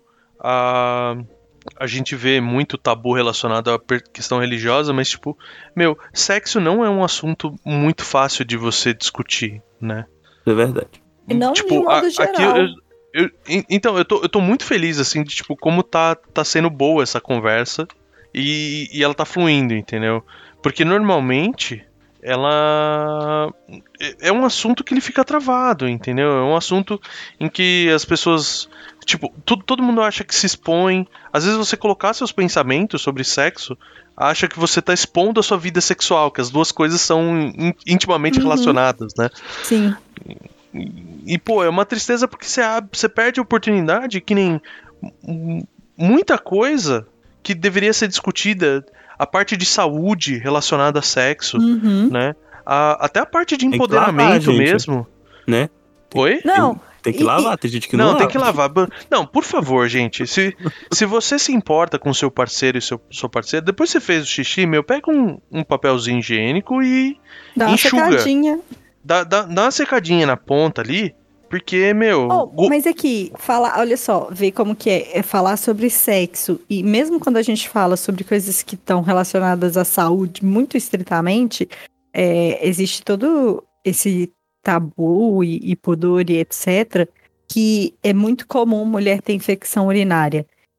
a gente vê muito tabu relacionado à questão religiosa, mas tipo, meu, sexo não é um assunto muito fácil de você discutir, né? É verdade. E não tipo, de modo geral. Então, eu tô muito feliz, assim, de tipo, como tá sendo boa essa conversa e ela tá fluindo, entendeu? Porque normalmente ela é um assunto que ele fica travado, entendeu? É um assunto em que as pessoas, tipo, todo mundo acha que se expõe. Às vezes você colocar seus pensamentos sobre sexo, acha que você tá expondo a sua vida sexual, que as duas coisas são intimamente relacionadas, né? Sim. E, pô, é uma tristeza porque você perde a oportunidade que nem muita coisa que deveria ser discutida, a parte de saúde relacionada a sexo, né? Até a parte de empoderamento mesmo. Né? Oi? Não. Tem que lavar, tem gente que não lava. Tem que lavar. Não, por favor, gente, se você se importa com seu parceiro e sua parceira, depois você fez o xixi, meu, pega um papelzinho higiênico e dá enxuga. Uma secadinha. Dá uma secadinha na ponta ali, porque, meu... Mas aqui, olha só, ver como que é falar sobre sexo, e mesmo quando a gente fala sobre coisas que estão relacionadas à saúde muito estritamente, existe todo esse tabu e pudor e etc., que é muito comum mulher ter infecção urinária.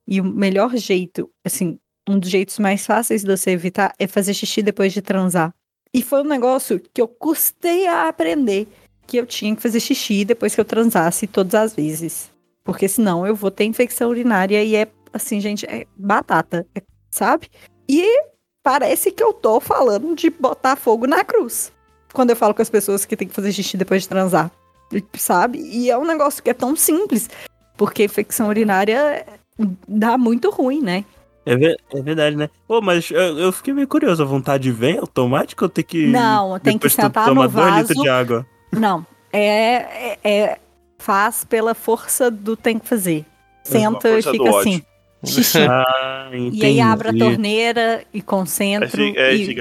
E o melhor jeito, assim, um dos jeitos mais fáceis de você evitar é fazer xixi depois de transar. E foi um negócio que eu custei a aprender, que eu tinha que fazer xixi depois que eu transasse todas as vezes. Porque senão eu vou ter infecção urinária e é, assim, gente, é batata, sabe? E parece que eu tô falando de botar fogo na cruz. Quando eu falo com as pessoas que tem que fazer xixi depois de transar, sabe? E é um negócio que é tão simples, porque infecção urinária dá muito ruim, né? É verdade, né? Pô, mas eu fiquei meio curioso, a vontade vem automática ou tem que... Não, tem que sentar no vaso. 2 litros de água? Não, faz pela força do tem que fazer. Senta e fica assim, xixi. E aí abre a torneira e concentra fica...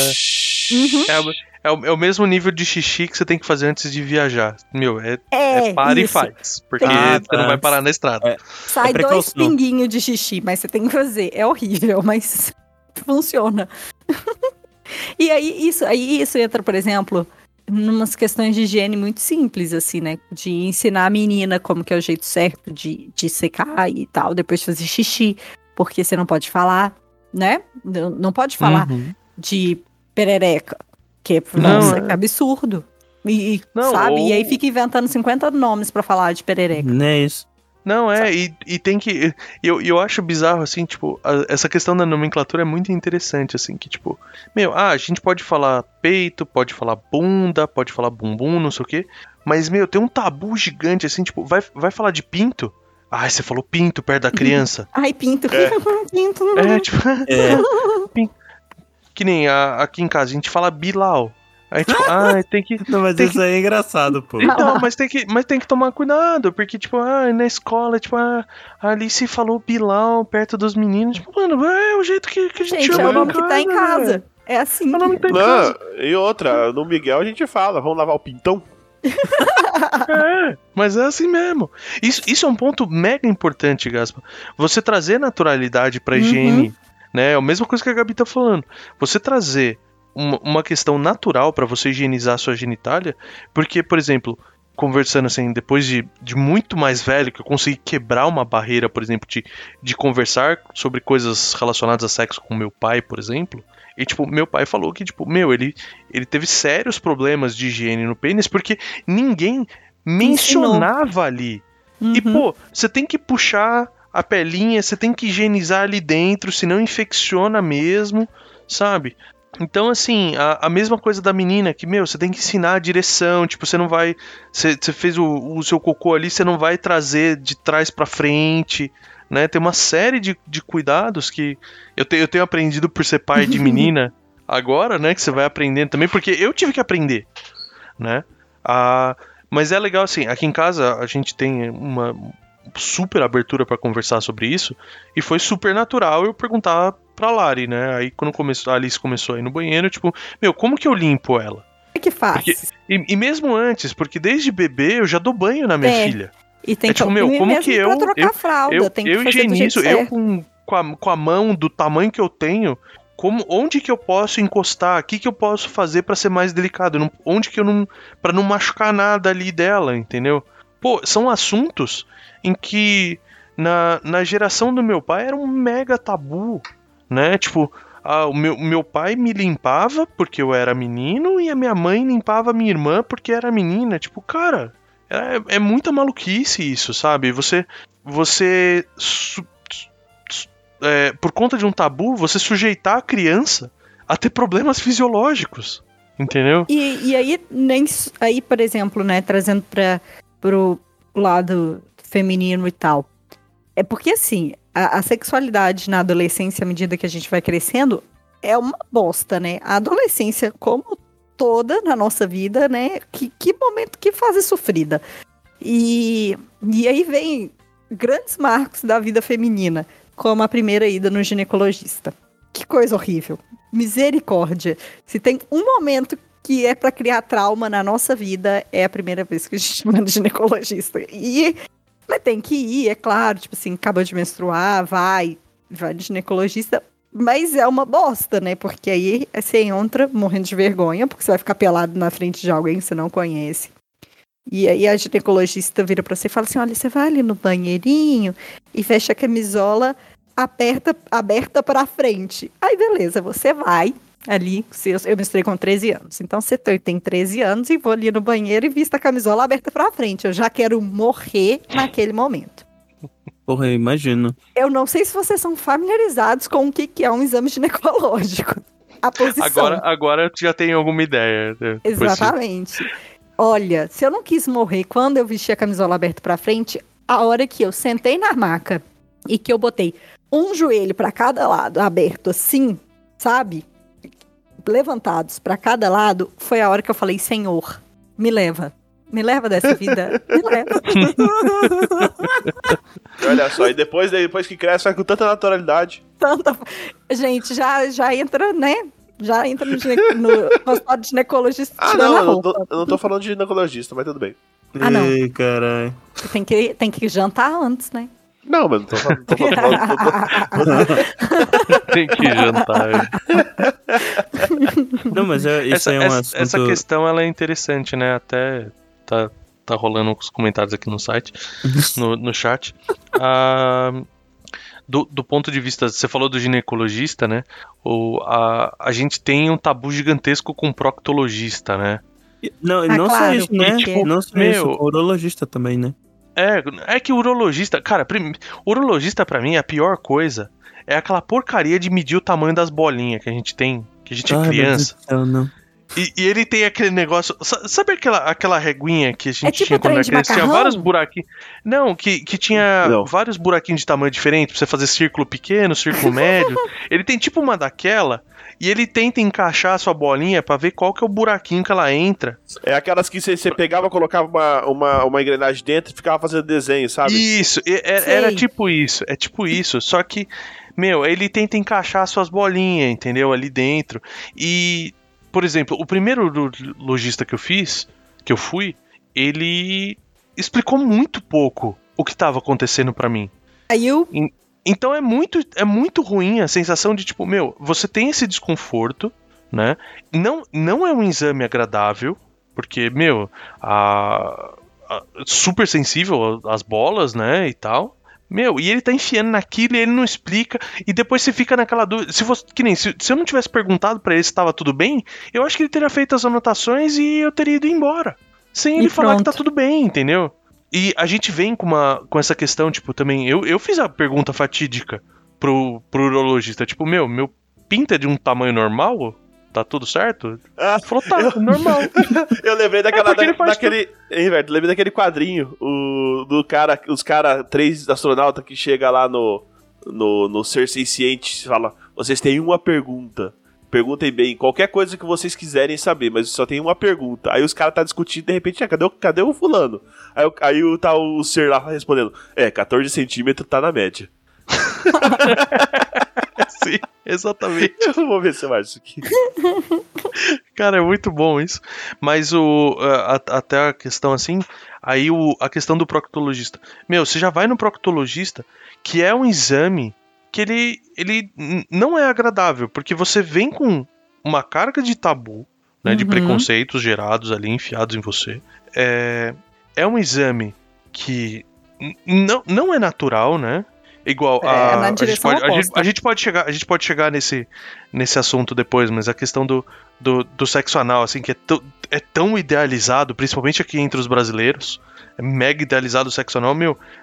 É o mesmo nível de xixi que você tem que fazer antes de viajar. Meu, para e faz. Porque você não vai parar na estrada. Sai 2 pinguinhos de xixi, mas você tem que fazer. É horrível, mas funciona. E aí isso entra, por exemplo, numas questões de higiene muito simples, assim, né? De ensinar a menina como que é o jeito certo de secar e tal, depois de fazer xixi. Porque você não pode falar, né? Não pode falar de perereca. Que absurdo. E aí fica inventando 50 nomes pra falar de perereca. Não é isso. Não, e tem que... Eu acho bizarro, assim, tipo, essa questão da nomenclatura é muito interessante, assim, que, tipo... a gente pode falar peito, pode falar bunda, pode falar bumbum, não sei o quê, mas, tem um tabu gigante, assim, tipo, vai falar de pinto? Ai, você falou pinto perto da criança. Ai, pinto. Pinto. Pinto. Que nem aqui em casa, a gente fala Bilal. Aí, tipo, tem que... Não, mas isso aí é engraçado, pô. Então, mas tem que tomar cuidado, porque, tipo, na escola, tipo, a Alice falou Bilal perto dos meninos. Tipo, mano, é o jeito que a gente chama. É o nome que tá em casa. É assim. É o nome que tá em casa. E outra, no Miguel a gente fala, vamos lavar o pintão? Mas é assim mesmo. Isso é um ponto mega importante, Gaspa. Você trazer naturalidade pra higiene... Né? É a mesma coisa que a Gabi tá falando. Você trazer uma questão natural pra você higienizar a sua genitália, porque, por exemplo, conversando assim, depois de muito mais velho, que eu consegui quebrar uma barreira, por exemplo, de conversar sobre coisas relacionadas a sexo com meu pai, por exemplo, e, tipo, meu pai falou que, tipo, ele teve sérios problemas de higiene no pênis, porque ninguém mencionava ali. E, pô, você tem que puxar a pelinha, você tem que higienizar ali dentro, senão infecciona mesmo, sabe? Então, assim, a mesma coisa da menina, que, você tem que ensinar a direção, tipo, você não vai... Você fez o seu cocô ali, você não vai trazer de trás pra frente, né? Tem uma série de cuidados que eu tenho aprendido por ser pai de menina agora, né? Que você vai aprendendo também, porque eu tive que aprender, né? Mas é legal, assim, aqui em casa a gente tem uma super abertura pra conversar sobre isso, e foi super natural eu perguntar pra Lari, né? Aí quando a Alice começou a ir no banheiro, tipo, como que eu limpo ela? É que faz. E mesmo antes, porque desde bebê eu já dou banho na minha filha. E tem que como que eu trocar fralda, tem que eu higienizo, com a mão do tamanho que eu tenho, onde que eu posso encostar, o que eu posso fazer pra ser mais delicado, pra não machucar nada ali dela, entendeu? Pô, são assuntos em que na geração do meu pai era um mega tabu, né? Tipo, o meu pai me limpava porque eu era menino e a minha mãe limpava a minha irmã porque era menina. Tipo, cara, é muita maluquice isso, sabe? Você por conta de um tabu, você sujeitar a criança a ter problemas fisiológicos, entendeu? E aí, por exemplo, né, trazendo pro lado feminino e tal. É porque, assim, a sexualidade na adolescência, à medida que a gente vai crescendo, é uma bosta, né? A adolescência, como toda na nossa vida, né? Que momento, que fase sofrida. E aí vem grandes marcos da vida feminina, como a primeira ida no ginecologista. Que coisa horrível. Misericórdia. Se tem um momento que é pra criar trauma na nossa vida, é a primeira vez que a gente vai no ginecologista. Mas tem que ir, é claro, tipo assim, acabou de menstruar, vai no ginecologista, mas é uma bosta, né? Porque aí você entra morrendo de vergonha, porque você vai ficar pelado na frente de alguém que você não conhece. E aí a ginecologista vira pra você e fala assim, olha, você vai ali no banheirinho e fecha a camisola aberta pra frente. Aí beleza, você vai ali, eu menstruei com 13 anos. Então você tem 13 anos e vou ali no banheiro e visto a camisola aberta pra frente. Eu já quero morrer naquele momento. Porra, eu imagino. Eu não sei se vocês são familiarizados com o que é um exame ginecológico. A posição. Agora eu já tenho alguma ideia. Exatamente. Olha, se eu não quis morrer quando eu vesti a camisola aberta pra frente, a hora que eu sentei na maca e que eu botei um joelho pra cada lado aberto assim, sabe? Levantados pra cada lado, foi a hora que eu falei, Senhor, me leva dessa vida, me leva. Olha só, e depois que cresce, vai com tanta naturalidade. Gente, já entra, né? Já entra no consultório de ginecologista. Não, eu não tô falando de ginecologista, mas tudo bem. Ah, não. Ei, caralho. Tem que jantar antes, né? Não, mas não tô falando. Tem que jantar. Não, mas isso aí é um assunto... Essa questão, ela é interessante, né? Até tá rolando os comentários aqui no site, no chat. Do ponto de vista, você falou do ginecologista, né? A gente tem um tabu gigantesco com proctologista, né? Não claro, só isso, né? tipo, Não só isso, o urologista também, né? É que o urologista, cara, urologista pra mim, a pior coisa é aquela porcaria de medir o tamanho das bolinhas que a gente tem, que a gente é criança. Não. E ele tem aquele negócio. Sabe aquela reguinha que a gente tipo tinha quando era criança? Tinha vários buraquinhos. Não, que tinha vários buraquinhos de tamanho diferente pra você fazer círculo pequeno, círculo médio. Ele tem tipo uma daquela. E ele tenta encaixar a sua bolinha pra ver qual que é o buraquinho que ela entra. É aquelas que você pegava, colocava uma engrenagem dentro e ficava fazendo desenho, sabe? Isso, era tipo isso. É tipo isso. Só que, ele tenta encaixar as suas bolinhas, entendeu? Ali dentro. E, por exemplo, o primeiro urologista que eu fui, ele explicou muito pouco o que estava acontecendo pra mim. Aí eu... Então é muito ruim a sensação de tipo, você tem esse desconforto, né? Não é um exame agradável, porque, super sensível às bolas, né, e tal. E ele tá enfiando naquilo e ele não explica, e depois você fica naquela dúvida. Se eu não tivesse perguntado pra ele se tava tudo bem, eu acho que ele teria feito as anotações e eu teria ido embora. Sem ele falar que tá tudo bem, entendeu? E a gente vem com essa questão, tipo, também... Eu fiz a pergunta fatídica pro urologista, tipo, meu pinta é de um tamanho normal? Tá tudo certo? Ele falou, tá, normal. Eu lembrei lembrei daquele quadrinho, os cara 3 astronautas que chega lá no Ser Senciente, fala, vocês têm uma pergunta. Perguntem bem, qualquer coisa que vocês quiserem saber, mas só tem uma pergunta. Aí os caras tá discutindo, de repente, cadê o fulano? Aí tá o ser lá respondendo, 14 centímetros tá na média. Sim, exatamente. Eu vou ver se eu acho isso aqui. Cara, é muito bom isso. Mas até a questão assim, aí a questão do proctologista. Você já vai no proctologista, que é um exame que ele não é agradável, porque você vem com uma carga de tabu, né, de preconceitos gerados ali, enfiados em você. É um exame que não é natural, né? Igual a gente pode chegar nesse assunto depois, mas a questão do sexo anal, assim, que é tão idealizado, principalmente aqui entre os brasileiros, é mega idealizado o sexo anal,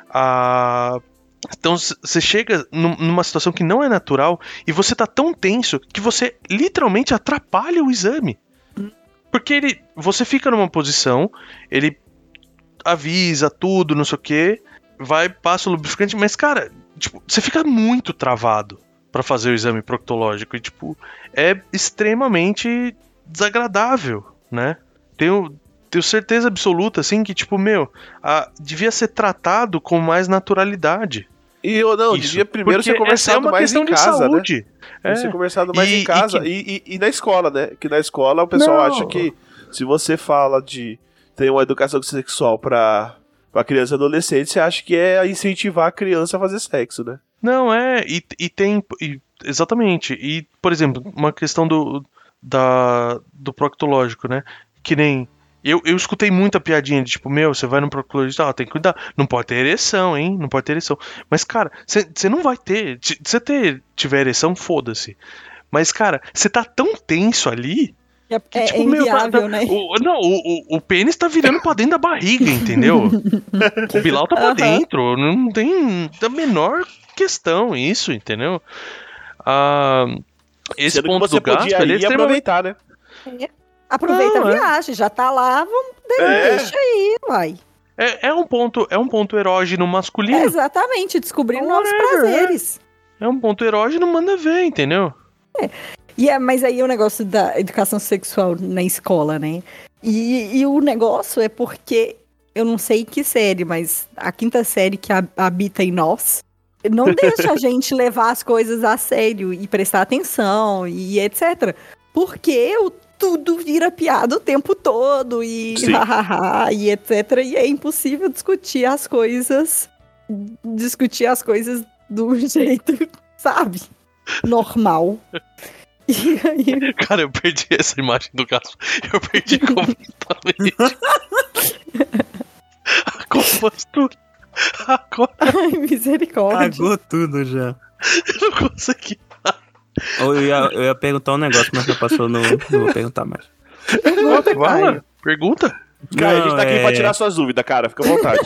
então você chega numa situação que não é natural e você tá tão tenso que você literalmente atrapalha o exame. Porque você fica numa posição, ele avisa tudo, não sei o que, passa o lubrificante, mas cara, tipo, você fica muito travado pra fazer o exame proctológico e tipo, é extremamente desagradável, né? Tenho certeza absoluta, assim, que tipo, devia ser tratado com mais naturalidade. E devia primeiro ser conversado mais em casa, né? Devia ser conversado mais em casa e na escola, né? Que na escola o pessoal acha que se você fala tem uma educação sexual pra criança e adolescente, você acha que é incentivar a criança a fazer sexo, né? Não, exatamente. E, por exemplo, uma questão do proctológico, né? Que nem Eu escutei muita piadinha de tipo, você vai no proctologista, tem que cuidar. Não pode ter ereção, hein? Não pode ter ereção. Mas, cara, você não vai ter. Se você tiver ereção, foda-se. Mas, cara, você tá tão tenso ali. Que, é inviável, né? O pênis tá virando pra dentro da barriga, entendeu? O Bilal tá pra dentro. Não tem a menor questão isso, entendeu? Esse sendo ponto que você do gasto, ele é extremamente... aproveitar, né? Aproveita a viagem, já tá lá, deixa aí, vai. É um ponto erógeno masculino. Exatamente, descobrir novos prazeres. É um ponto erógeno, manda ver, entendeu? Mas aí o negócio da educação sexual na escola, né? E o negócio é porque, eu não sei que série, mas a 5ª série que habita em nós, não deixa a gente levar as coisas a sério e prestar atenção e etc. Porque tudo vira piada o tempo todo e hahaha e etc. E é impossível discutir as coisas do jeito, sabe? Normal. E aí... Cara, eu perdi essa imagem do Gaspo. Eu perdi completamente. A compostura. Ai, misericórdia. Cagou tudo já. Eu não consegui. Eu ia perguntar um negócio, mas já passou, não vou perguntar mais. Pergunta? Cara, a gente tá aqui pra tirar suas dúvidas, cara. Fica à vontade.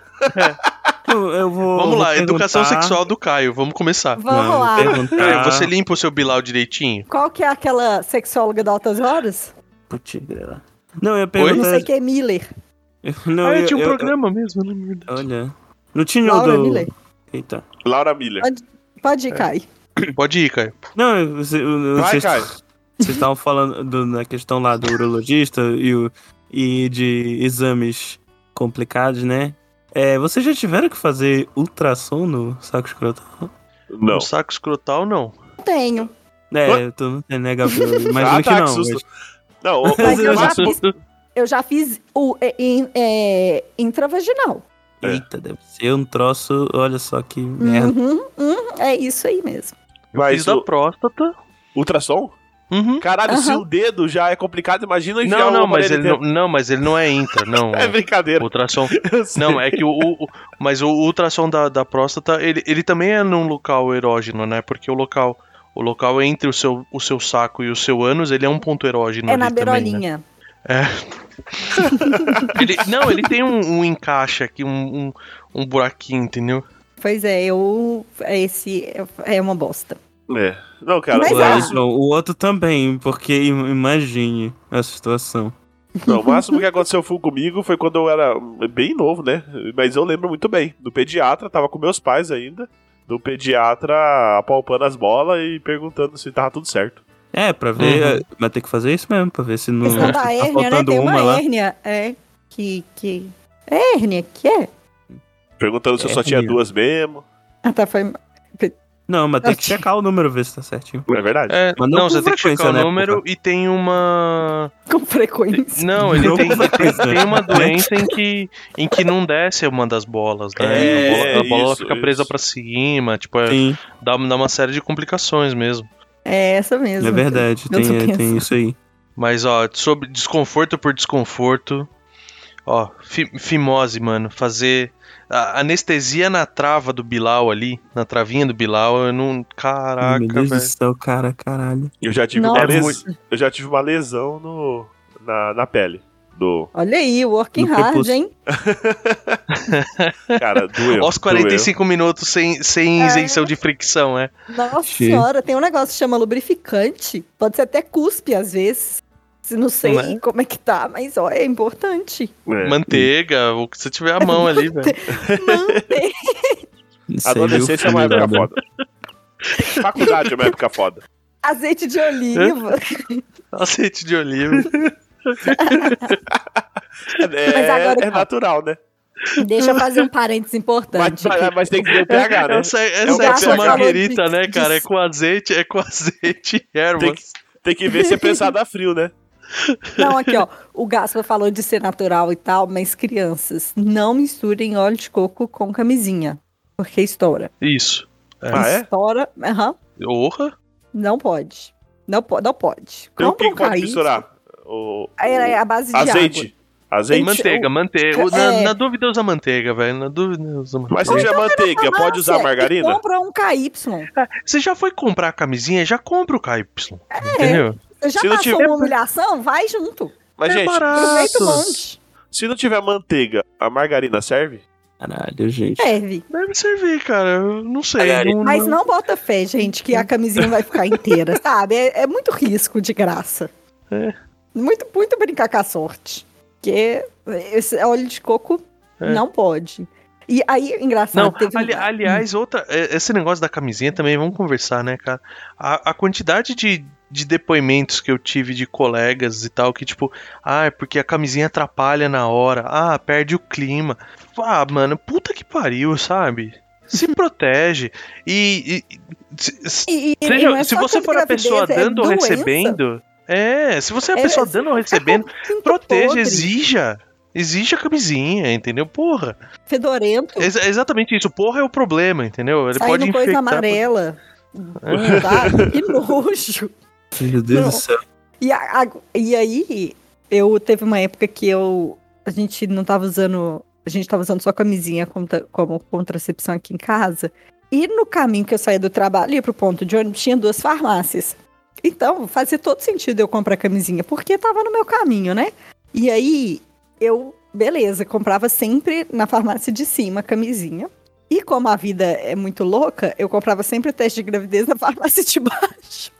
Vamos lá, educação sexual do Caio. Vamos começar. Vamos lá. Perguntar... Você limpa o seu Bilal direitinho? Qual que é aquela sexóloga da Altas Horas? Putz, grela. Não, eu ia perguntar... Não sei quem é Miller. Tinha um programa mesmo, não me olha. Não tinha Laura Miller. Eita. Laura Miller. Pode ir, Caio. Pode ir, Caio. Não, Vai, Caio. Vocês estavam falando na questão lá do urologista e de exames complicados, né? Vocês já tiveram que fazer ultrassom no saco escrotal? Não. No saco escrotal, não. Tenho. Tu não tem, né, Gabriel? Imagino que não. Que não, Mas eu já fiz o intravaginal. Eita, deve ser um troço, olha só que merda. É isso aí mesmo. Mas fiz da próstata. Ultrassom? Caralho, se o dedo já é complicado, imagina enfiar mas ele não é intra, não. É brincadeira. Ultrassom. Não, é que mas o ultrassom da próstata, ele também é num local erógeno, né? Porque o local entre o seu saco e o seu ânus, ele é um ponto erógeno. É na beirolinha. Também, né? Ele tem um encaixe aqui, um buraquinho, entendeu? Pois é, esse é uma bosta. Não, cara. Mas o outro também, porque imagine a situação. Não, o máximo que aconteceu comigo foi quando eu era bem novo, né? Mas eu lembro muito bem. Do pediatra, tava com meus pais ainda. Do pediatra apalpando as bolas e perguntando se tava tudo certo. Pra ver, vai ter que fazer isso mesmo, pra ver se não tá tá hérnia, faltando né? Tem uma lá. hérnia, que... É hérnia, que é? Perguntando se eu só tinha 2 mesmo. Foi... Não, mas tem que checar o número, ver se tá certinho. É verdade. Mas não, você tem que checar o né, número porra? e tem uma... Com frequência. Não, ele tem uma doença em que não desce uma das bolas, né? A bola fica presa pra cima, tipo, dá uma série de complicações mesmo. É essa mesmo. É verdade, tem isso aí. Mas, sobre desconforto por desconforto, fimose, mano, fazer... A anestesia na trava do Bilal ali, na travinha do Bilal, eu não... Caraca, meu Deus velho. do céu, caralho. Eu já tive uma lesão na pele. Olha aí, working hard, hein? Cara, doeu. Aos 45 minutos sem isenção de fricção, Nossa senhora, tem um negócio que chama lubrificante. Pode ser até cuspe, às vezes. Não sei como é que tá, mas é importante. Manteiga, o que você tiver à mão ali, velho. Manteiga. Adolescência é uma época foda. Faculdade é uma época foda. Azeite de oliva. Azeite de oliva. Mas agora, é natural, né? Deixa eu fazer um parênteses importante. Mas tem que ver o pH, né? Essa é marguerita, né, cara? É com azeite e ervas. Tem que ver se é prensado a frio, né? Não, aqui, o Gaspa falou de ser natural e tal, mas crianças, não misturem óleo de coco com camisinha, porque estoura. Isso. Estoura, Orra? Não pode. Não pode. Então o que pode misturar? É a base de azeite. Azeite? Manteiga. Na dúvida usa manteiga, velho. Na dúvida usa manteiga. Mas se tiver manteiga, pode usar margarina? Compra um KY. Você já foi comprar a camisinha? Já compra o KY. Entendeu? Você já passou uma humilhação? Vai junto. Mas, gente, aproveita um monte. Se não tiver manteiga, a margarina serve? Caralho, gente. Serve. Deve servir, cara. Eu não sei. Mas não bota fé, gente, que a camisinha vai ficar inteira, sabe? É muito risco de graça. Muito brincar com a sorte. Porque esse óleo de coco não pode. E aí, engraçado... Aliás, esse negócio da camisinha também, vamos conversar, né, cara? A quantidade de depoimentos que eu tive de colegas e tal, que tipo, porque a camisinha atrapalha na hora, perde o clima. Mano, puta que pariu, sabe? Se protege. Se você for a pessoa dando ou recebendo... se você é a pessoa dando ou recebendo, proteja, exija a camisinha, entendeu? Porra. Fedorento. Exatamente isso. Porra é o problema, entendeu? Ele pode coisa amarela. Que nojo. Meu Deus do céu. E aí, teve uma época que a gente tava usando só camisinha como contracepção aqui em casa. E no caminho que eu saía do trabalho, ia pro ponto de ônibus, tinha 2 farmácias. Então, fazia todo sentido eu comprar camisinha, porque tava no meu caminho, né? E aí, beleza, comprava sempre na farmácia de cima a camisinha. E como a vida é muito louca, eu comprava sempre o teste de gravidez na farmácia de baixo.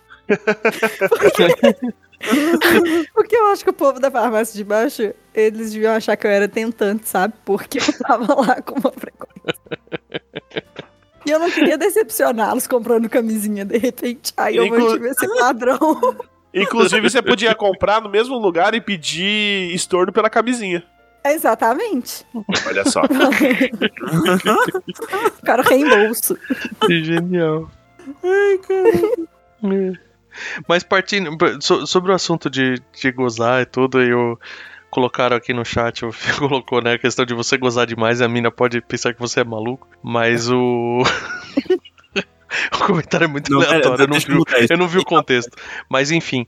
Porque eu acho que o povo da farmácia de baixo, eles deviam achar que eu era tentante, sabe? Porque eu tava lá com uma frequência. E eu não queria decepcioná-los comprando camisinha, de repente. Aí eu mantive esse padrão. Inclusive, você podia comprar no mesmo lugar e pedir estorno pela camisinha. Exatamente. Olha só. Cara, reembolso. Que genial. Ai, cara. Mas partindo sobre o assunto de gozar e tudo, colocaram aqui no chat, colocou, né, a questão de você gozar demais e a mina pode pensar que você é maluco, mas o comentário é muito aleatório, eu não vi o contexto. Mas enfim,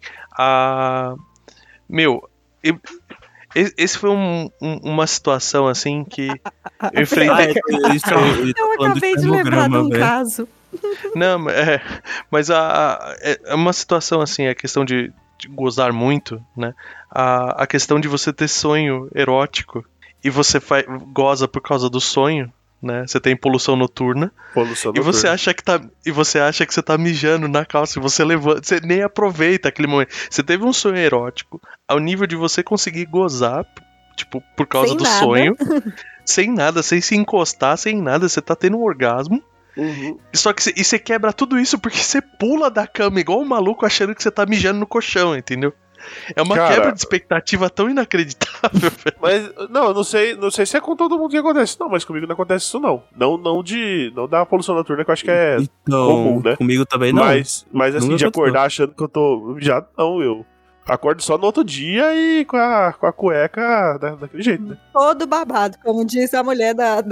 esse foi uma situação assim que eu enfrentei. Eu acabei de lembrar de um caso. Não, mas é uma situação assim, a questão de gozar muito, né? A questão de você ter sonho erótico e você goza por causa do sonho, né? Você tem poluição noturna. E você acha que você tá mijando na calça e você levanta, você nem aproveita aquele momento. Você teve um sonho erótico ao nível de você conseguir gozar, tipo, por causa do sonho, sem nada, sem se encostar, sem nada, você tá tendo um orgasmo. Uhum. Só que você quebra tudo isso porque você pula da cama igual um maluco achando que você tá mijando no colchão, entendeu? É uma quebra de expectativa tão inacreditável, velho. Mas, não sei se é com todo mundo que acontece, não, mas comigo não acontece isso, não. Não da poluição noturna, que eu acho que é comum, né? Comigo também não. Mas assim, de acordar achando que eu tô mijado, não, eu acordo só no outro dia e com a cueca daquele jeito, né? Todo babado, como diz a mulher da...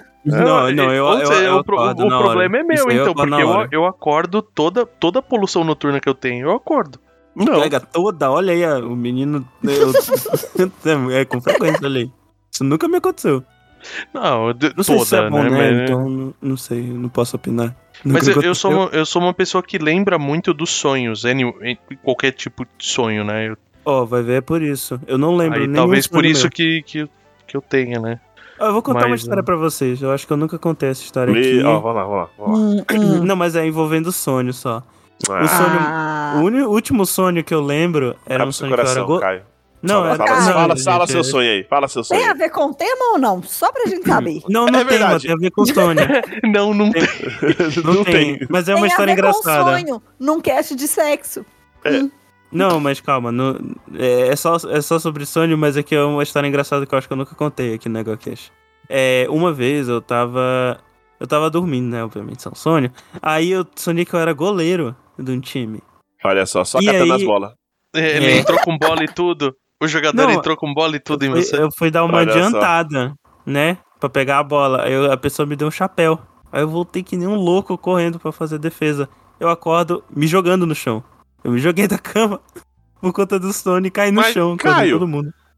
O problema é meu, então, porque eu acordo toda a poluição noturna que eu tenho, eu acordo. Não. Pega toda, olha aí, o menino. Com frequência ali. Isso nunca me aconteceu. Não sei se isso é bom, né? Então, não sei, não posso opinar. Mas eu sou uma pessoa que lembra muito dos sonhos, qualquer tipo de sonho, né? Vai ver, é por isso. Eu não lembro nem. Talvez por isso que eu tenha, né? Eu vou contar uma história pra vocês. Eu acho que eu nunca contei essa história aqui. Vamos lá. Não, mas é envolvendo sonho só. O último sonho que eu lembro era um sonho coração, que eu era... Caio. Não, fala seu sonho aí. Fala seu sonho. Tem a ver com o tema ou não? Só pra gente saber. Não tem a ver com o sonho. Não tem. Não tem. Mas é uma história engraçada. Com sonho, num cast de sexo. Não, mas calma. É só sobre sonho, mas aqui é uma história engraçada que eu acho que eu nunca contei aqui no EgoCast. Uma vez eu tava dormindo, né? Obviamente, isso é um sonho. Aí eu sonhei que eu era goleiro de um time. Olha só catando as bolas. Ele entrou com bola e tudo. O jogador entrou com bola e tudo em você. Eu fui dar uma adiantada, né? Pra pegar a bola. Aí a pessoa me deu um chapéu. Aí eu voltei que nem um louco correndo pra fazer defesa. Eu acordo me jogando no chão. Eu me joguei da cama por conta do sono e caí no chão. Caio, todo mundo.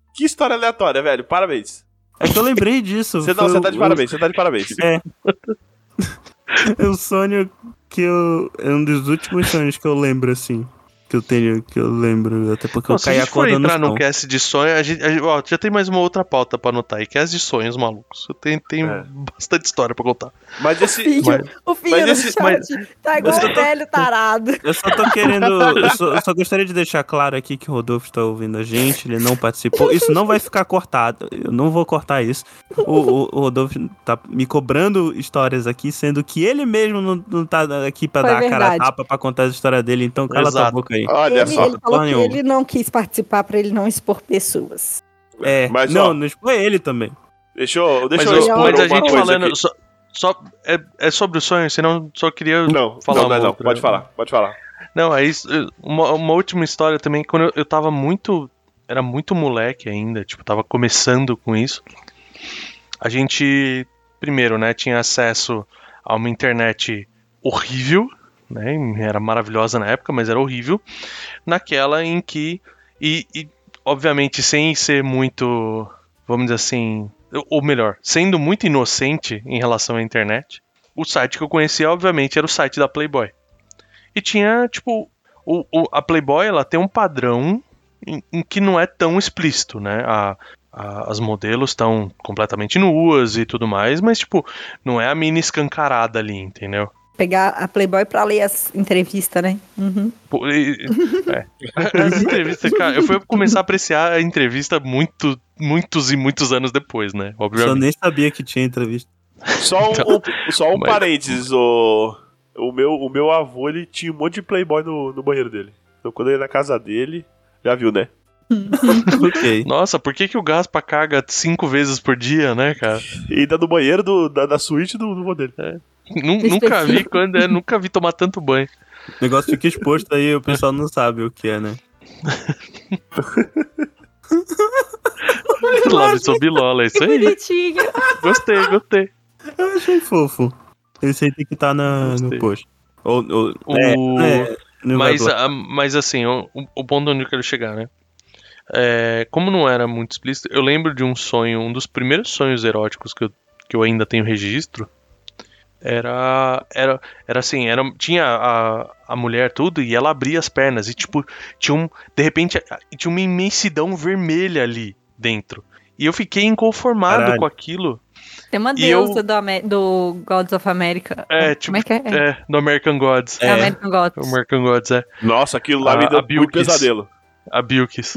Que história aleatória, velho. Parabéns. É que eu lembrei disso. Você tá de parabéns, você tá de parabéns. É. É um sonho que é um dos últimos sonhos que eu lembro, assim. Que eu lembro, até porque eu caí acordando no chão. Se a gente for entrar no cast de sonho, ó, já tem mais uma outra pauta pra anotar aí, cast de sonhos, malucos. Tem bastante história pra contar. Mas esse... O filho no chat tá igual o velho tarado. Eu só tô querendo... Eu só gostaria de deixar claro aqui que o Rodolfo tá ouvindo a gente, ele não participou. Isso não vai ficar cortado, eu não vou cortar isso. O Rodolfo tá me cobrando histórias aqui, sendo que ele mesmo não tá aqui pra dar a cara a tapa pra contar a história dele, então cala tua boca aí. Olha só. Ele falou que ele não quis participar pra ele não expor pessoas. Mas não expor ele também. Deixa eu expor mas a gente falando aqui. é sobre o sonho, senão só queria falar Não, pode falar. Não, é isso. Uma última história também, quando eu tava era muito moleque ainda, tipo, tava começando com isso. A gente, primeiro, né, tinha acesso a uma internet horrível, né, era maravilhosa na época, mas era horrível, naquela em que, e obviamente sem ser muito, vamos dizer assim, ou melhor, sendo muito inocente em relação à internet, o site que eu conhecia, obviamente, era o site da Playboy. E tinha, tipo, a Playboy, ela tem um padrão em que não é tão explícito, né, as modelos estão completamente nuas e tudo mais, mas, tipo, não é a mina escancarada ali, entendeu? Pegar a Playboy pra ler as entrevistas, né? Uhum. As entrevistas, cara, eu fui começar a apreciar a entrevista muitos e muitos anos depois, né? Obviamente. Eu nem sabia que tinha entrevista. Só um parênteses, o meu avô, ele tinha um monte de Playboy no banheiro dele. Então quando eu ia na casa dele, já viu, né? Okay. Nossa, por que o Gaspa caga 5 vezes por dia, né, cara? E ainda no banheiro da suíte do vô dele. Nunca vi tomar tanto banho. O negócio fica exposto aí, o pessoal não sabe o que é, né? Love sou bilola, é isso aí. Bonitinho. Gostei. Eu achei fofo. Esse aí tem que estar no post. Mas assim, o ponto onde eu quero chegar, né? Como não era muito explícito, eu lembro de um sonho, um dos primeiros sonhos eróticos que eu ainda tenho registro. Era assim, tinha a mulher tudo e ela abria as pernas e tipo, de repente tinha uma imensidão vermelha ali dentro. E eu fiquei inconformado com aquilo. Tem uma deusa do Gods of America. Como é que é? Do American Gods. American Gods. American Gods, Nossa, aquilo lá me deu muito pesadelo. A Bilkis.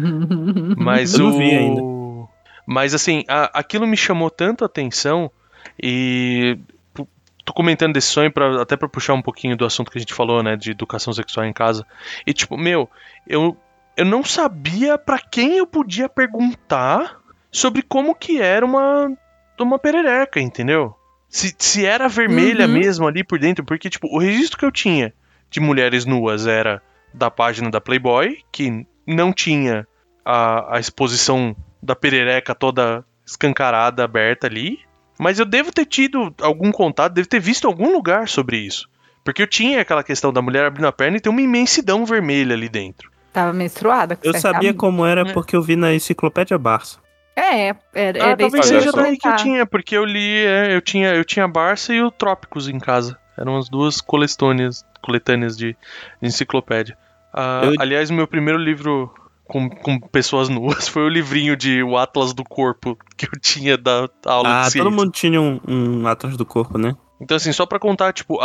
Mas eu não vi ainda. Mas assim, aquilo me chamou tanto a atenção e... Tô comentando desse sonho até pra puxar um pouquinho do assunto que a gente falou, né, de educação sexual em casa. E tipo, eu não sabia pra quem eu podia perguntar sobre como que era uma perereca, entendeu? Se era vermelha mesmo ali por dentro, porque tipo, o registro que eu tinha de mulheres nuas era da página da Playboy, que não tinha a exposição da perereca toda escancarada, aberta ali. Mas eu devo ter tido algum contato, devo ter visto em algum lugar sobre isso. Porque eu tinha aquela questão da mulher abrindo a perna e ter uma imensidão vermelha ali dentro. Tava menstruada. Eu sabia como era porque eu vi na Enciclopédia Barça. Talvez seja daí que eu tinha, porque eu li, eu tinha Barça e o Trópicos em casa. Eram as duas coletâneas de enciclopédia. Aliás, o meu primeiro livro com pessoas nuas foi o livrinho de O Atlas do Corpo que eu tinha da aula de ciência. Todo mundo tinha um Atlas do Corpo, né? Então assim, só pra contar, tipo,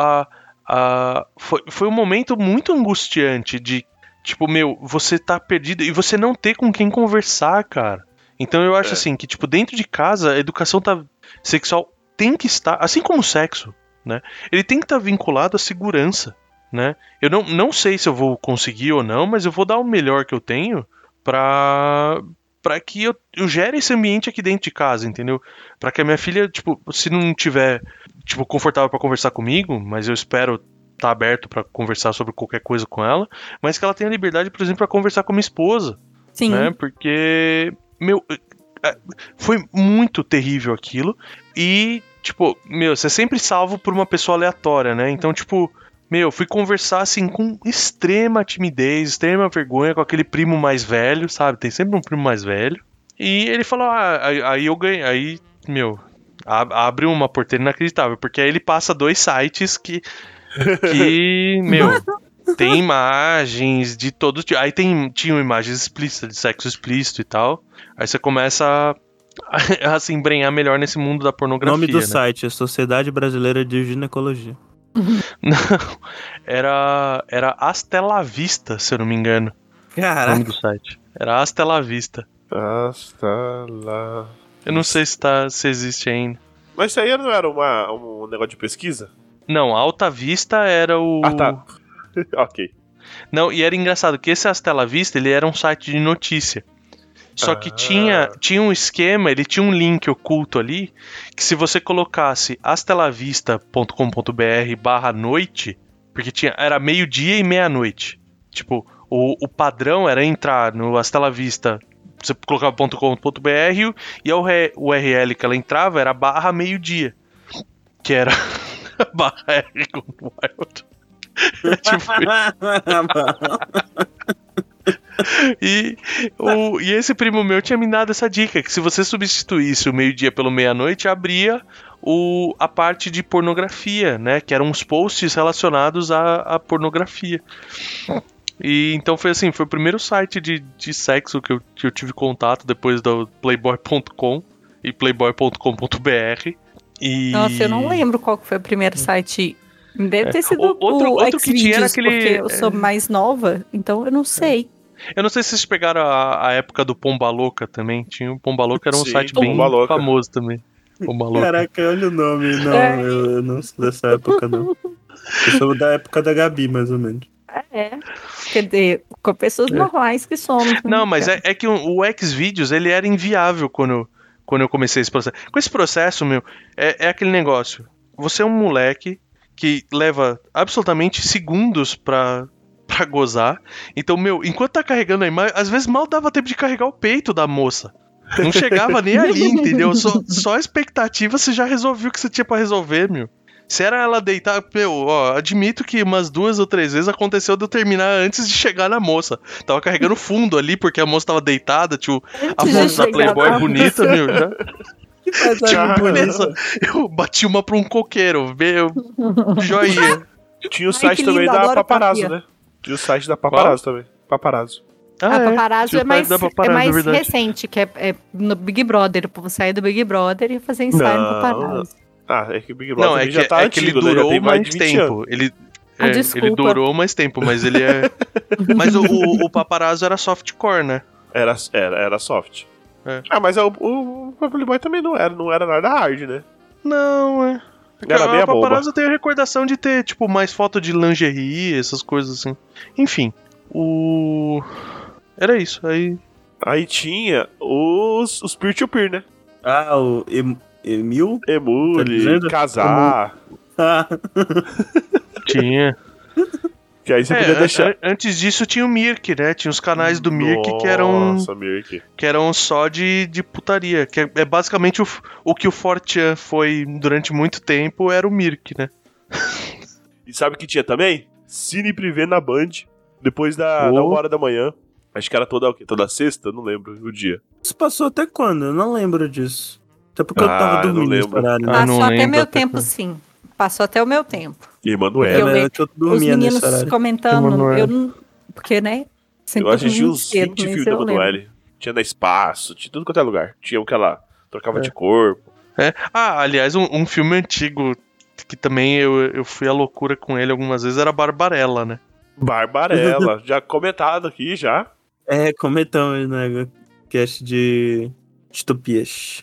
foi um momento muito angustiante de, tipo, você tá perdido e você não ter com quem conversar, cara. Então eu acho assim, que tipo, dentro de casa, a educação sexual tem que estar, assim como o sexo, né? Ele tem que estar vinculado à segurança, né? Eu não sei se eu vou conseguir ou não, mas eu vou dar o melhor que eu tenho pra que eu gere esse ambiente aqui dentro de casa, entendeu? Pra que a minha filha, tipo, se não tiver, tipo, confortável pra conversar comigo, mas eu espero estar aberto pra conversar sobre qualquer coisa com ela, mas que ela tenha liberdade, por exemplo, pra conversar com minha esposa. Sim. Né? Porque, foi muito terrível aquilo e, tipo, você é sempre salvo por uma pessoa aleatória, né? Então, tipo, fui conversar, assim, com extrema timidez, extrema vergonha com aquele primo mais velho, sabe? Tem sempre um primo mais velho. E ele falou, aí eu ganhei, aí, meu, abre uma porteira inacreditável, porque aí ele passa 2 sites que meu, tem imagens de todo tipo, aí tinham imagens explícitas, de sexo explícito e tal, aí você começa a se embrenhar melhor nesse mundo da pornografia. O nome do site é Sociedade Brasileira de Ginecologia. Não, era Hasta la Vista, se eu não me engano. Caraca. O nome do site. Era Hasta la Vista. Hasta la... Eu não sei se existe ainda. Mas isso aí não era um negócio de pesquisa? Não, Alta Vista era o... Ah, tá. Ok. Não, e era engraçado que esse Hasta la Vista, ele era um site de notícia. Só que tinha um esquema, ele tinha um link oculto ali, que se você colocasse astelavista.com.br/noite, porque era meio-dia e meia-noite. Tipo, o padrão era entrar no Astelavista, você colocava .com.br e a URL que ela entrava era /meio-dia, que era /R Wild. Tipo... E esse primo meu tinha me dado essa dica, que se você substituísse o meio-dia pelo meia-noite, abria a parte de pornografia, né? Que eram os posts relacionados à pornografia. E então foi assim, foi o primeiro site de sexo que eu tive contato depois do playboy.com e playboy.com.br. Nossa, eu não lembro qual que foi o primeiro site. Deve ter sido outro que tinha era aquele... porque eu sou mais nova, então eu não sei. Eu não sei se vocês pegaram a época do Pomba Louca também. Tinha o Pomba Louca, era um site bem famoso também. Pomba Louca. Caraca, olha o nome. Não, eu não sou dessa época, não. Eu sou da época da Gabi, mais ou menos. Quer dizer, com pessoas normais que somos. Não, mas é que o Xvideos, ele era inviável quando eu comecei esse processo. Com esse processo, meu, é aquele negócio. Você é um moleque que leva absolutamente segundos pra gozar. Então, meu, enquanto tá carregando a imagem, às vezes mal dava tempo de carregar o peito da moça. Não chegava nem ali, entendeu? Só a expectativa você já resolveu o que você tinha pra resolver, meu. Se era ela deitar, meu, admito que umas 2 ou 3 vezes aconteceu de eu terminar antes de chegar na moça. Tava carregando fundo ali, porque a moça tava deitada, tipo, a moça da Playboy bonita, meu, já. Tipo, beleza. Eu bati uma pra um coqueiro, meu, joinha. Tinha o site também da Paparazzo, né? Tinha o site da Paparazzo também. Paparazzo. Paparazzo é mais recente, que é no Big Brother. O povo sair do Big Brother e fazer ensaio no Paparazzo. É que o Big Brother já tá antigo, ele durou, né? Mais tempo. Ele durou mais tempo, mas ele é... Mas o Paparazzo era softcore, né? Era soft. Mas o Playboy também não era nada hard, né? Não, Era meia boba. O Paparazzo tem a recordação de ter, tipo, mais foto de lingerie, essas coisas assim. Enfim, era isso, Aí tinha os peer-to-peer, né? O Emule, Casar. Tinha. Que aí você podia deixar. Antes disso tinha o Mirk, né? Tinha os canais do Mirk que eram só de putaria. Que é basicamente o que o 4chan foi durante muito tempo, era o Mirk, né? E sabe o que tinha também? Cine Privé na Band, depois da 1h da manhã. Acho que era toda sexta, não lembro o dia. Isso passou até quando? Eu não lembro disso. Até porque eu tava dormindo nesse horário. Passou até meu tempo, sim. Passou até o meu tempo. E Emanuel. Os meninos comentando, eu não... Porque, né? Eu assisti uns 20 filmes da Emanuel. Tinha na Espaço, tinha tudo quanto é lugar. Tinha um que ela trocava de corpo. Aliás, um filme antigo que também eu fui à loucura com ele algumas vezes era Barbarella, né? Barbarella, já comentado aqui, já. Comentamos, né? Cast de distopias.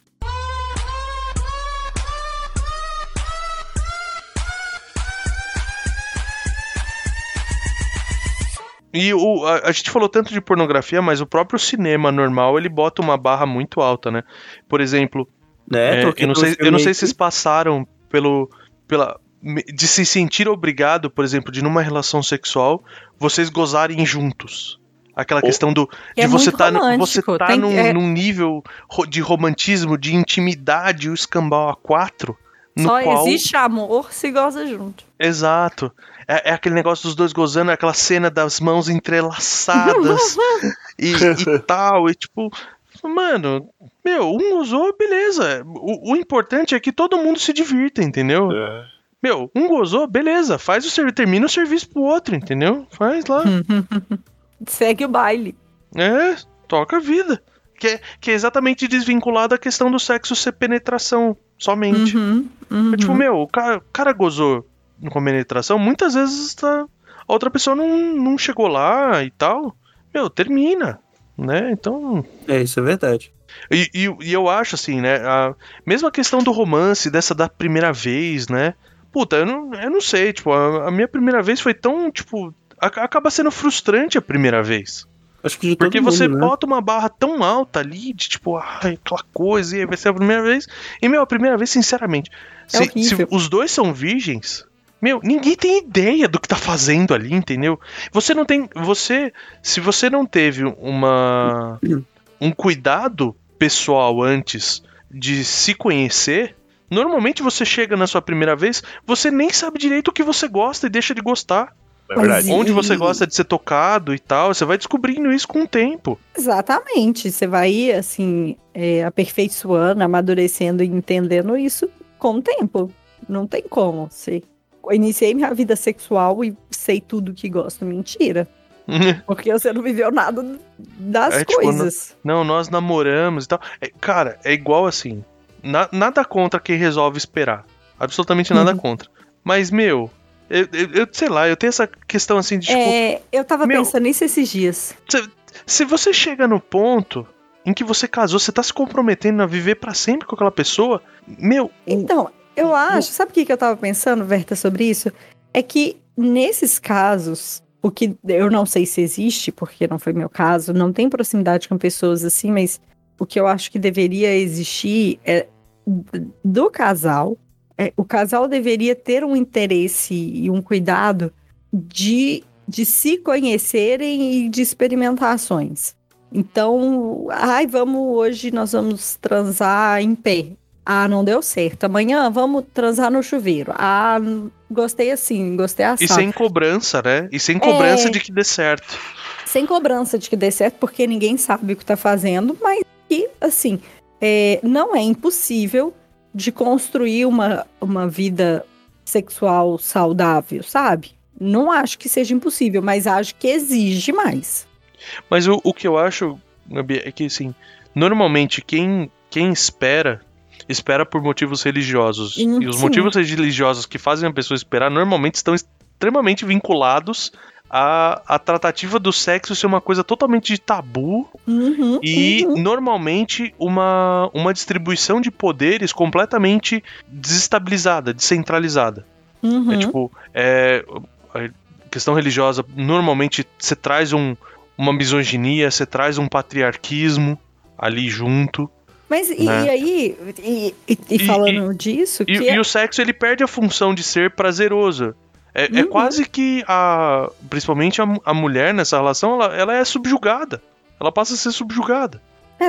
E a gente falou tanto de pornografia, mas o próprio cinema normal, ele bota uma barra muito alta, né? Por exemplo, eu não sei se vocês passaram de se sentir obrigado, por exemplo, de numa relação sexual, vocês gozarem juntos. Aquela questão de você tá num nível de romantismo, de intimidade, o escambau a 4. Só existe amor se goza junto. Exato. É aquele negócio dos dois gozando, aquela cena das mãos entrelaçadas e tal. E tipo, Mano, um gozou, beleza. O importante é que todo mundo se divirta, entendeu? Um gozou, beleza. Termina o serviço pro outro, entendeu? Faz lá. Segue o baile. Toca a vida. Que é exatamente desvinculado da questão do sexo ser penetração somente. Tipo, o cara gozou com penetração, muitas vezes a outra pessoa não chegou lá e tal. Termina, né? Então... isso é verdade. E eu acho assim, né? Mesmo a questão do romance, da primeira vez, né? Puta, eu não sei, tipo, a minha primeira vez foi tão, tipo... Acaba sendo frustrante a primeira vez. Acho que porque todo você mundo, né? bota uma barra tão alta ali, de tipo, aquela coisa, e aí vai ser a primeira vez. E, a primeira vez, sinceramente, se os dois são virgens, ninguém tem ideia do que tá fazendo ali, entendeu? Se você não teve um cuidado pessoal antes de se conhecer, normalmente você chega na sua primeira vez, você nem sabe direito o que você gosta e deixa de gostar. É verdade. Onde você gosta de ser tocado e tal, você vai descobrindo isso com o tempo. Exatamente, você vai, assim, aperfeiçoando, amadurecendo e entendendo isso com o tempo. Não tem como. Eu iniciei minha vida sexual e sei tudo que gosto. Mentira. Porque você não viveu nada das coisas. Tipo, nós namoramos e tal. Cara, é igual assim. Nada contra quem resolve esperar. Absolutamente nada contra. Mas, eu sei lá, eu tenho essa questão assim de tipo... eu tava pensando nisso esses dias. Se você chega no ponto em que você casou, você tá se comprometendo a viver pra sempre com aquela pessoa, Então, eu acho... Sabe o que eu tava pensando, Verta, sobre isso? É que, nesses casos, o que eu não sei se existe, porque não foi meu caso, não tem proximidade com pessoas assim, mas o que eu acho que deveria existir é do casal... o casal deveria ter um interesse e um cuidado de se conhecerem e de experimentações. Então, hoje nós vamos transar em pé. Não deu certo. Amanhã vamos transar no chuveiro. Gostei assim, gostei assado. E sem cobrança, né? E sem cobrança de que dê certo. Sem cobrança de que dê certo, porque ninguém sabe o que tá fazendo, mas que, assim, não é impossível de construir uma vida sexual saudável, sabe? Não acho que seja impossível, mas acho que exige mais. Mas o que eu acho, Gabi, é que, assim, normalmente quem espera por motivos religiosos. E os motivos religiosos que fazem a pessoa esperar normalmente estão extremamente vinculados a tratativa do sexo ser uma coisa totalmente de tabu normalmente uma distribuição de poderes completamente desestabilizada, descentralizada. Tipo, a questão religiosa, normalmente você traz uma misoginia, você traz um patriarquismo ali junto. Mas e aí, falando disso... E o sexo, ele perde a função de ser prazeroso. É quase que, principalmente a mulher nessa relação, ela é subjugada. Ela passa a ser subjugada.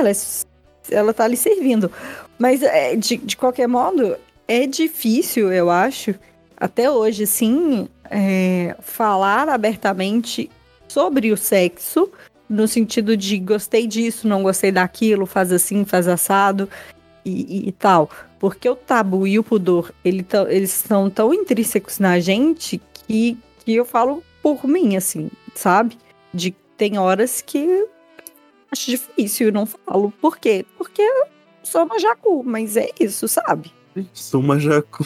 Ela tá ali servindo. Mas, de qualquer modo, é difícil, eu acho, até hoje, assim, falar abertamente sobre o sexo, no sentido de gostei disso, não gostei daquilo, faz assim, faz assado e tal. Porque o tabu e o pudor, eles são tão intrínsecos na gente que eu falo por mim, assim, sabe? Tem horas que eu acho difícil, eu não falo. Por quê? Porque eu sou uma jacu, mas é isso, sabe? Sou uma jacu.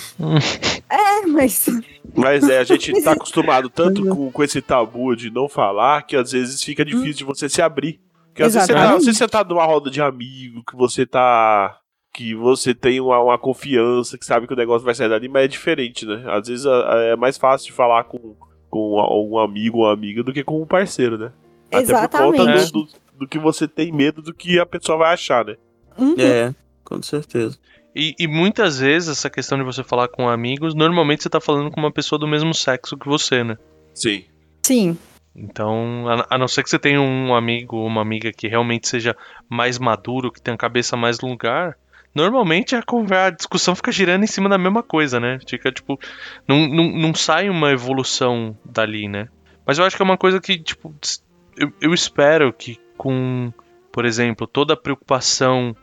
Mas a gente tá acostumado tanto com esse tabu de não falar, que às vezes fica difícil de você se abrir. Porque às vezes você tá numa roda de amigo, que você tem uma confiança, que sabe que o negócio vai sair dali, mas é diferente, né? Às vezes é mais fácil de falar com um amigo ou amiga do que com um parceiro, né? Exatamente. Até por conta do que você tem medo do que a pessoa vai achar, né? Com certeza. E muitas vezes essa questão de você falar com amigos, normalmente você tá falando com uma pessoa do mesmo sexo que você, né? Sim. Sim. Então, a não ser que você tenha um amigo ou uma amiga que realmente seja mais maduro, que tenha a cabeça mais no lugar, normalmente a discussão fica girando em cima da mesma coisa, né? Fica, tipo, não sai uma evolução dali, né? Mas eu acho que é uma coisa que, tipo, eu espero que com por exemplo, toda a preocupação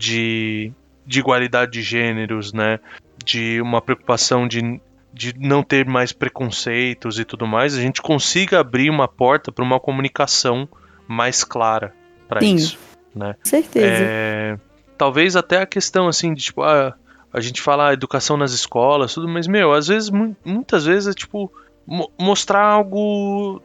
de igualdade de gêneros, né? De uma preocupação de não ter mais preconceitos e tudo mais, a gente consiga abrir uma porta para uma comunicação mais clara para isso, né? Com certeza. Talvez até a questão assim de tipo, a gente fala educação nas escolas, tudo, mas às vezes, muitas vezes é tipo mostrar algo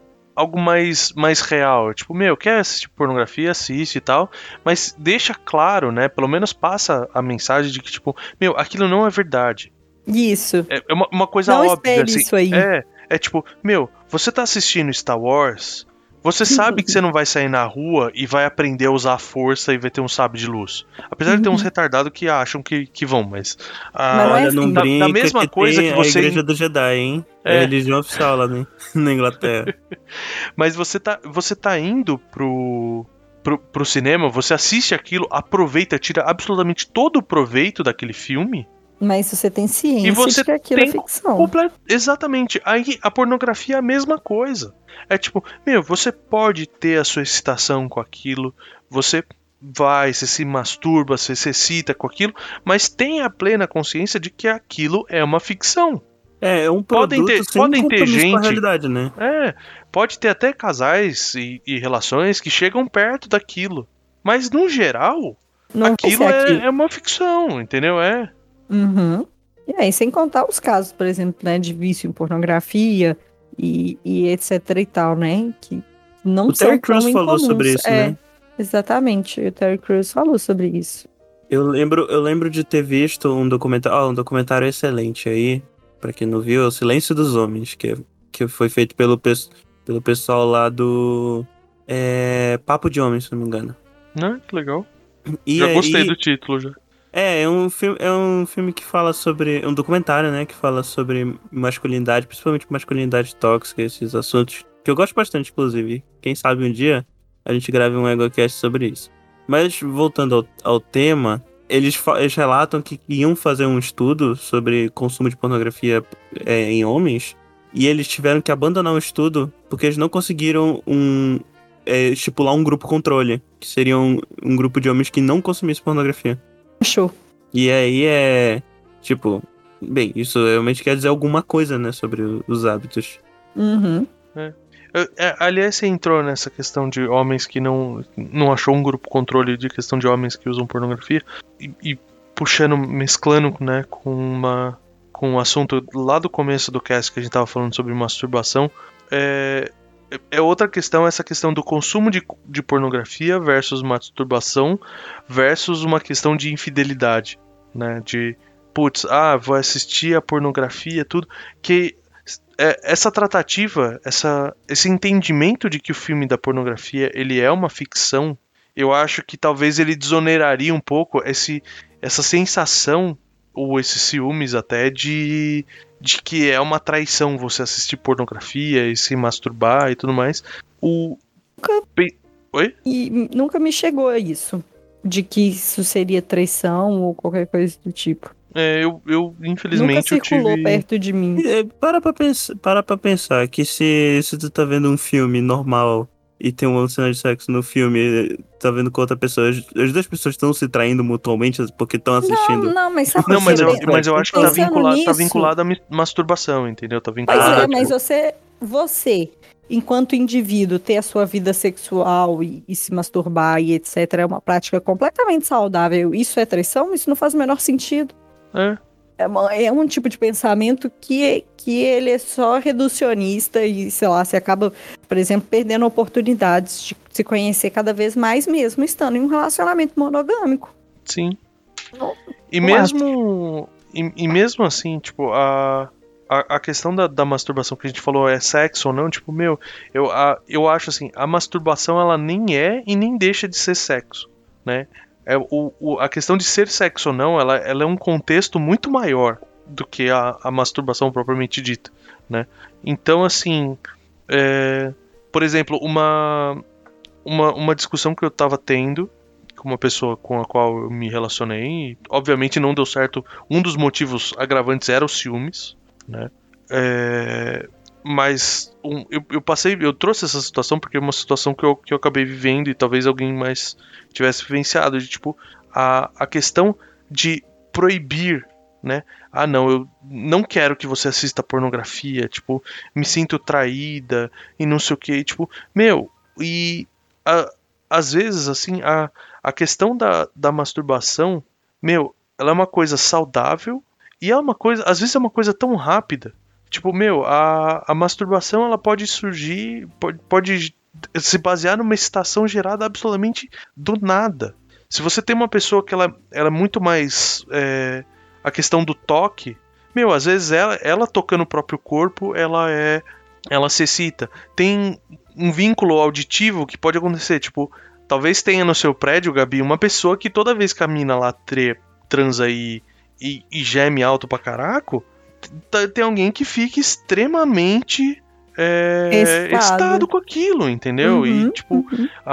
mais real, tipo, quer assistir pornografia, assiste e tal, mas deixa claro, né, pelo menos passa a mensagem de que tipo, aquilo não é verdade. Isso. É uma coisa não óbvia, assim. Isso aí. É tipo, você tá assistindo Star Wars, você sabe que você não vai sair na rua e vai aprender a usar a força e vai ter um sabre de luz. Apesar de ter uns retardados que acham que vão, mas... olha, não brinca, da mesma coisa que você... a Igreja do Jedi, hein? É a religião oficial lá na Inglaterra. Mas você tá indo pro cinema, você assiste aquilo, aproveita, tira absolutamente todo o proveito daquele filme... Mas você tem ciência de que aquilo é ficção. Exatamente. Aí a pornografia é a mesma coisa. É tipo, você pode ter a sua excitação com aquilo, você se masturba, você se excita com aquilo, mas tenha a plena consciência de que aquilo é uma ficção. É um produto podem ter gente com a realidade, né? Pode ter até casais e relações que chegam perto daquilo. Mas, no geral, aquilo é uma ficção, entendeu? Uhum. E aí, sem contar os casos, por exemplo, né, de vício em pornografia e etc e tal, né, que não são tão incomuns. O Terry Crews falou sobre isso, né? Exatamente, o Terry Crews falou sobre isso. Eu lembro de ter visto um documentário excelente aí, pra quem não viu, é O Silêncio dos Homens, que foi feito pelo pessoal lá do Papo de Homens, se não me engano. Que legal. Já gostei do título, já. É um filme que fala sobre... um documentário, né? Que fala sobre masculinidade, principalmente masculinidade tóxica, esses assuntos. Que eu gosto bastante, inclusive. Quem sabe um dia a gente grave um EgoCast sobre isso. Mas, voltando ao tema, eles relatam que iam fazer um estudo sobre consumo de pornografia em homens. E eles tiveram que abandonar o estudo porque eles não conseguiram estipular um grupo controle. Que seria um grupo de homens que não consumissem pornografia. Show. E aí tipo, bem, isso realmente quer dizer alguma coisa, né, sobre os hábitos. Uhum. Aliás, você entrou nessa questão de homens que não achou um grupo controle de questão de homens que usam pornografia e puxando, mesclando, né, com um assunto lá do começo do cast que a gente tava falando sobre masturbação. Outra questão, essa questão do consumo de pornografia versus masturbação versus uma questão de infidelidade, né? De, vou assistir a pornografia, tudo. Que essa tratativa, esse entendimento de que o filme da pornografia ele é uma ficção, eu acho que talvez ele desoneraria um pouco essa sensação ou esses ciúmes até de que é uma traição você assistir pornografia e se masturbar e tudo mais. Oi? E nunca me chegou a isso, de que isso seria traição ou qualquer coisa do tipo. Eu infelizmente nunca circulou perto de mim. Para pra pensar que se tu tá vendo um filme normal e tem uma cena de sexo no filme, tá vendo com outra pessoa, as duas pessoas estão se traindo mutuamente porque estão assistindo. Mas sabe mas eu acho que tá vinculado à masturbação, entendeu? Tá vinculado. Mas você, enquanto indivíduo, ter a sua vida sexual e se masturbar e etc, é uma prática completamente saudável. Isso é traição? Isso não faz o menor sentido. É um tipo de pensamento que ele é só reducionista e, sei lá, você acaba, por exemplo, perdendo oportunidades de se conhecer cada vez mais, mesmo estando em um relacionamento monogâmico. Sim. E mesmo assim, tipo, a questão da masturbação que a gente falou é sexo ou não, tipo, eu acho assim, a masturbação ela nem é e nem deixa de ser sexo, né? A questão de ser sexo ou não, ela é um contexto muito maior do que a masturbação propriamente dita, né? Então, assim, por exemplo, uma discussão que eu tava tendo com uma pessoa com a qual eu me relacionei, e obviamente não deu certo, um dos motivos agravantes era os ciúmes, né? Mas eu trouxe essa situação porque é uma situação que eu acabei vivendo e talvez alguém mais tivesse vivenciado, de tipo, a questão de proibir, né? Ah, não, eu não quero que você assista pornografia, tipo, me sinto traída e não sei o que, tipo, às vezes, assim, a questão da masturbação, ela é uma coisa saudável e é uma coisa, às vezes é uma coisa tão rápida. Tipo, a masturbação, ela pode surgir, pode se basear numa excitação gerada absolutamente do nada. Se você tem uma pessoa que ela é muito mais... a questão do toque, às vezes ela tocando o próprio corpo, ela se excita. Tem um vínculo auditivo que pode acontecer, tipo, talvez tenha no seu prédio, Gabi, uma pessoa que toda vez que a mina lá transa e geme alto pra caraco, tem alguém que fica extremamente excitado com aquilo, entendeu? E, tipo,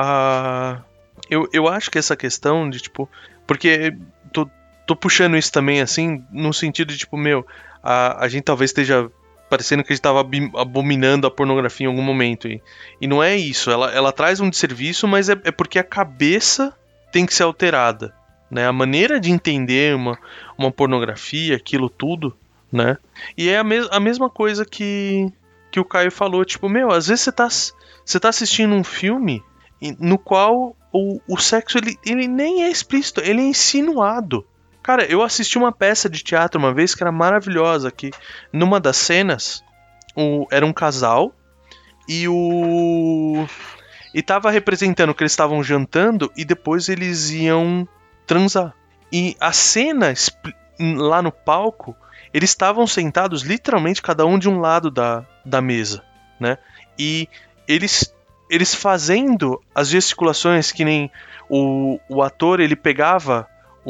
eu acho que essa questão de, tipo, porque tô puxando isso também, assim, no sentido de, tipo, a gente talvez esteja parecendo que a gente tava abominando a pornografia em algum momento. E não é isso. Ela traz um desserviço, mas é porque a cabeça tem que ser alterada, né? A maneira de entender uma pornografia, aquilo tudo, né? E é a mesma coisa que o Caio falou. Tipo, às vezes você tá assistindo um filme no qual o sexo, ele nem é explícito, ele é insinuado. Cara, eu assisti uma peça de teatro uma vez que era maravilhosa, que numa das cenas era um casal e tava representando que eles estavam jantando e depois eles iam transar. E a cena lá no palco, eles estavam sentados literalmente cada um de um lado da mesa, né? E eles fazendo as gesticulações que nem o ator, ele pegava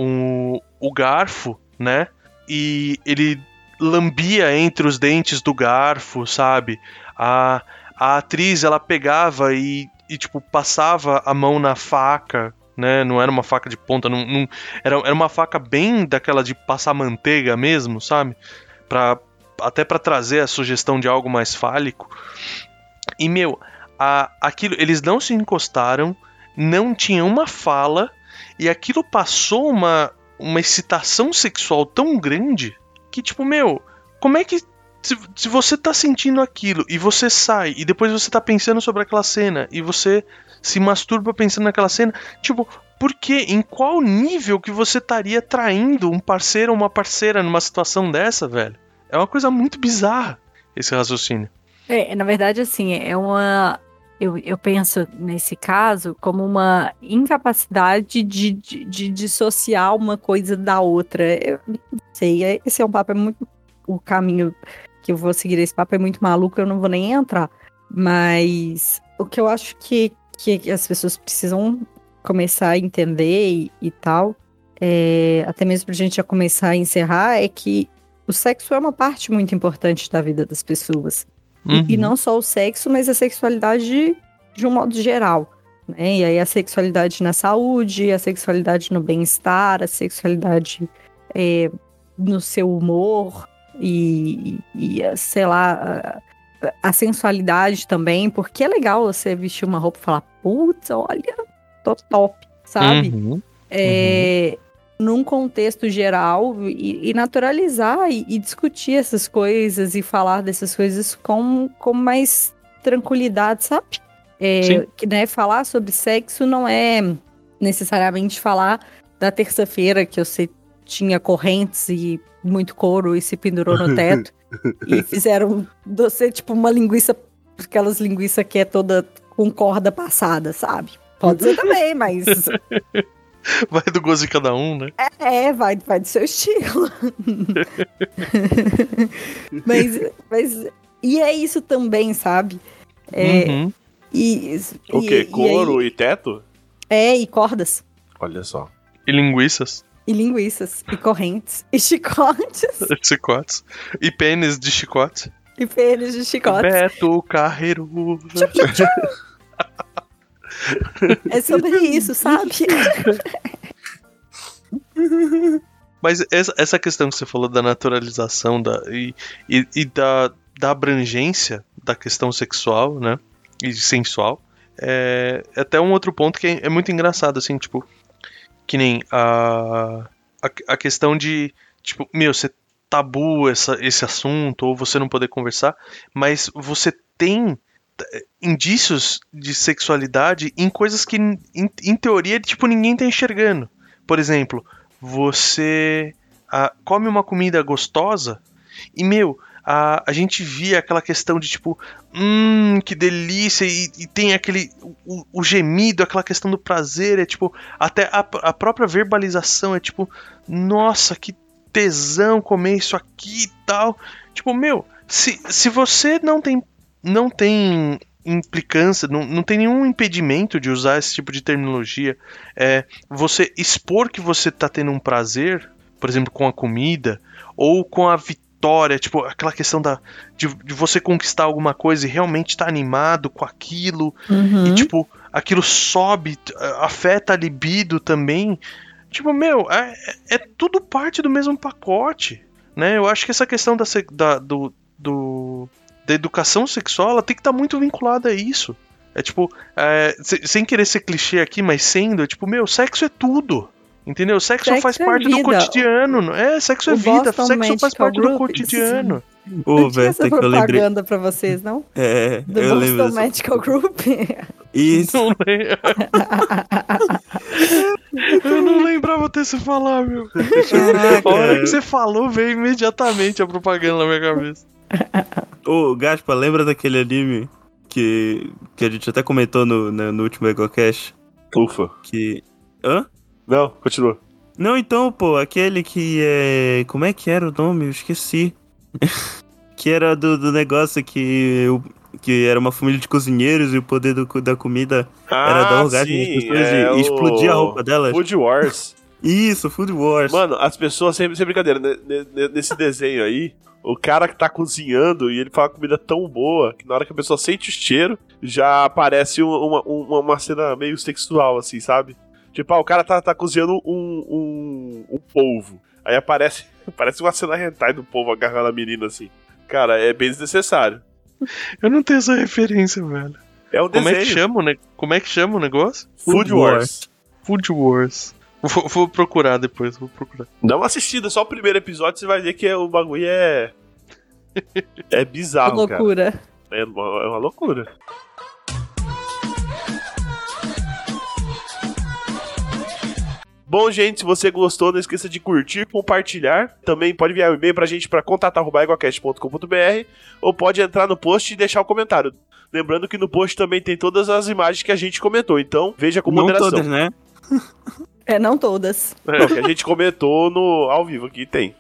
o garfo, né? E ele lambia entre os dentes do garfo, sabe? A atriz, ela pegava e tipo, passava a mão na faca, né? Não era uma faca de ponta, era uma faca bem daquela de passar manteiga mesmo, sabe? Até pra trazer a sugestão de algo mais fálico. E, aquilo, eles não se encostaram, não tinha uma fala, e aquilo passou uma excitação sexual tão grande que, tipo, como é que... Se você tá sentindo aquilo e você sai e depois você tá pensando sobre aquela cena e você se masturba pensando naquela cena, tipo, por quê? Em qual nível que você estaria traindo um parceiro ou uma parceira numa situação dessa, velho? É uma coisa muito bizarra esse raciocínio. Na verdade, assim, eu penso nesse caso como uma incapacidade de dissociar uma coisa da outra. Eu não sei, esse é um papo, muito... O caminho que eu vou seguir esse papo é muito maluco, eu não vou nem entrar. Mas o que eu acho que as pessoas precisam começar a entender e tal, até mesmo pra gente já começar a encerrar, é que o sexo é uma parte muito importante da vida das pessoas. Uhum. E não só o sexo, mas a sexualidade de um modo geral, né? E aí a sexualidade na saúde, a sexualidade no bem-estar, a sexualidade no seu humor e sei lá, a sensualidade também, porque é legal você vestir uma roupa e falar, putz, olha, tô top, sabe? Uhum. Num contexto geral e naturalizar e discutir essas coisas e falar dessas coisas com mais tranquilidade, sabe? Que, né, falar sobre sexo não é necessariamente falar da terça-feira que você tinha correntes e muito couro e se pendurou no teto e fizeram você tipo uma linguiça, aquelas linguiças que é toda com corda passada, sabe? Pode ser também, mas... Vai do gosto de cada um, né? Vai do seu estilo. mas e é isso também, sabe? Uhum. O quê? Couro e teto? E cordas. Olha só. E linguiças. E correntes. E chicotes. Chicotes. E pênis de chicote. E pênis de chicote. Beto Carreiro. É sobre isso, sabe? Mas essa questão que você falou da naturalização e da abrangência da questão sexual, né? E sensual. É até um outro ponto que é muito engraçado, assim, tipo, que nem a questão de, tipo, ser tabu esse assunto, ou você não poder conversar, mas você tem indícios de sexualidade em coisas que, em teoria, tipo, ninguém tá enxergando. Por exemplo, você come uma comida gostosa e, a gente via aquela questão de tipo, que delícia, e tem aquele, o gemido, aquela questão do prazer, é tipo, até a própria verbalização é tipo, nossa, que tesão comer isso aqui e tal. Tipo, se você não tem implicância, não tem nenhum impedimento de usar esse tipo de terminologia, você expor que você tá tendo um prazer, por exemplo, com a comida, ou com a vitória, tipo, aquela questão de você conquistar alguma coisa e realmente estar animado com aquilo, e tipo, aquilo sobe, afeta a libido também. Tipo, é tudo parte do mesmo pacote, né? Eu acho que essa questão da educação sexual, ela tem que estar muito vinculada a isso. É tipo, sem querer ser clichê aqui, mas sendo, é tipo, sexo é tudo. Entendeu? Sexo faz parte do cotidiano. Sexo é vida. Sexo faz parte do cotidiano. Não tinha essa propaganda pra vocês, não? Do eu lembro. Boston Medical Group. Isso. Não lembro. Eu não lembrava até você falar, meu. Caraca. A hora que você falou, veio imediatamente a propaganda na minha cabeça. Ô, Gaspa, lembra daquele anime que a gente até comentou no último EgoCast? Ufa. Hã? Não, continua. Não, então, pô, aquele que é... Como é que era o nome? Eu esqueci. Que era do negócio que era uma família de cozinheiros e o poder da comida era dar orgasmo nas pessoas e explodir a roupa delas. Food Wars. Isso, Food Wars. Mano, as pessoas, sem brincadeira, nesse desenho aí, o cara que tá cozinhando e ele faz uma comida tão boa que na hora que a pessoa sente o cheiro, já aparece uma cena meio sexual, assim, sabe? Tipo, o cara tá cozinhando um polvo. Aí parece uma cena hentai do polvo agarrando a menina, assim. Cara, é bem desnecessário. Eu não tenho essa referência, velho. É um desenho. Como é que chama o negócio? Food Wars. Food Wars. Vou procurar depois, Dá uma assistida, só o primeiro episódio você vai ver que o bagulho é bizarro, loucura. Cara. É uma loucura. Bom, gente, se você gostou, não esqueça de curtir, compartilhar. Também pode enviar um e-mail pra gente pra contatar@eguacast.com.br ou pode entrar no post e deixar o comentário. Lembrando que no post também tem todas as imagens que a gente comentou, então veja com moderação. Não todas, né? Não todas. Não, que a gente comentou ao vivo aqui, tem.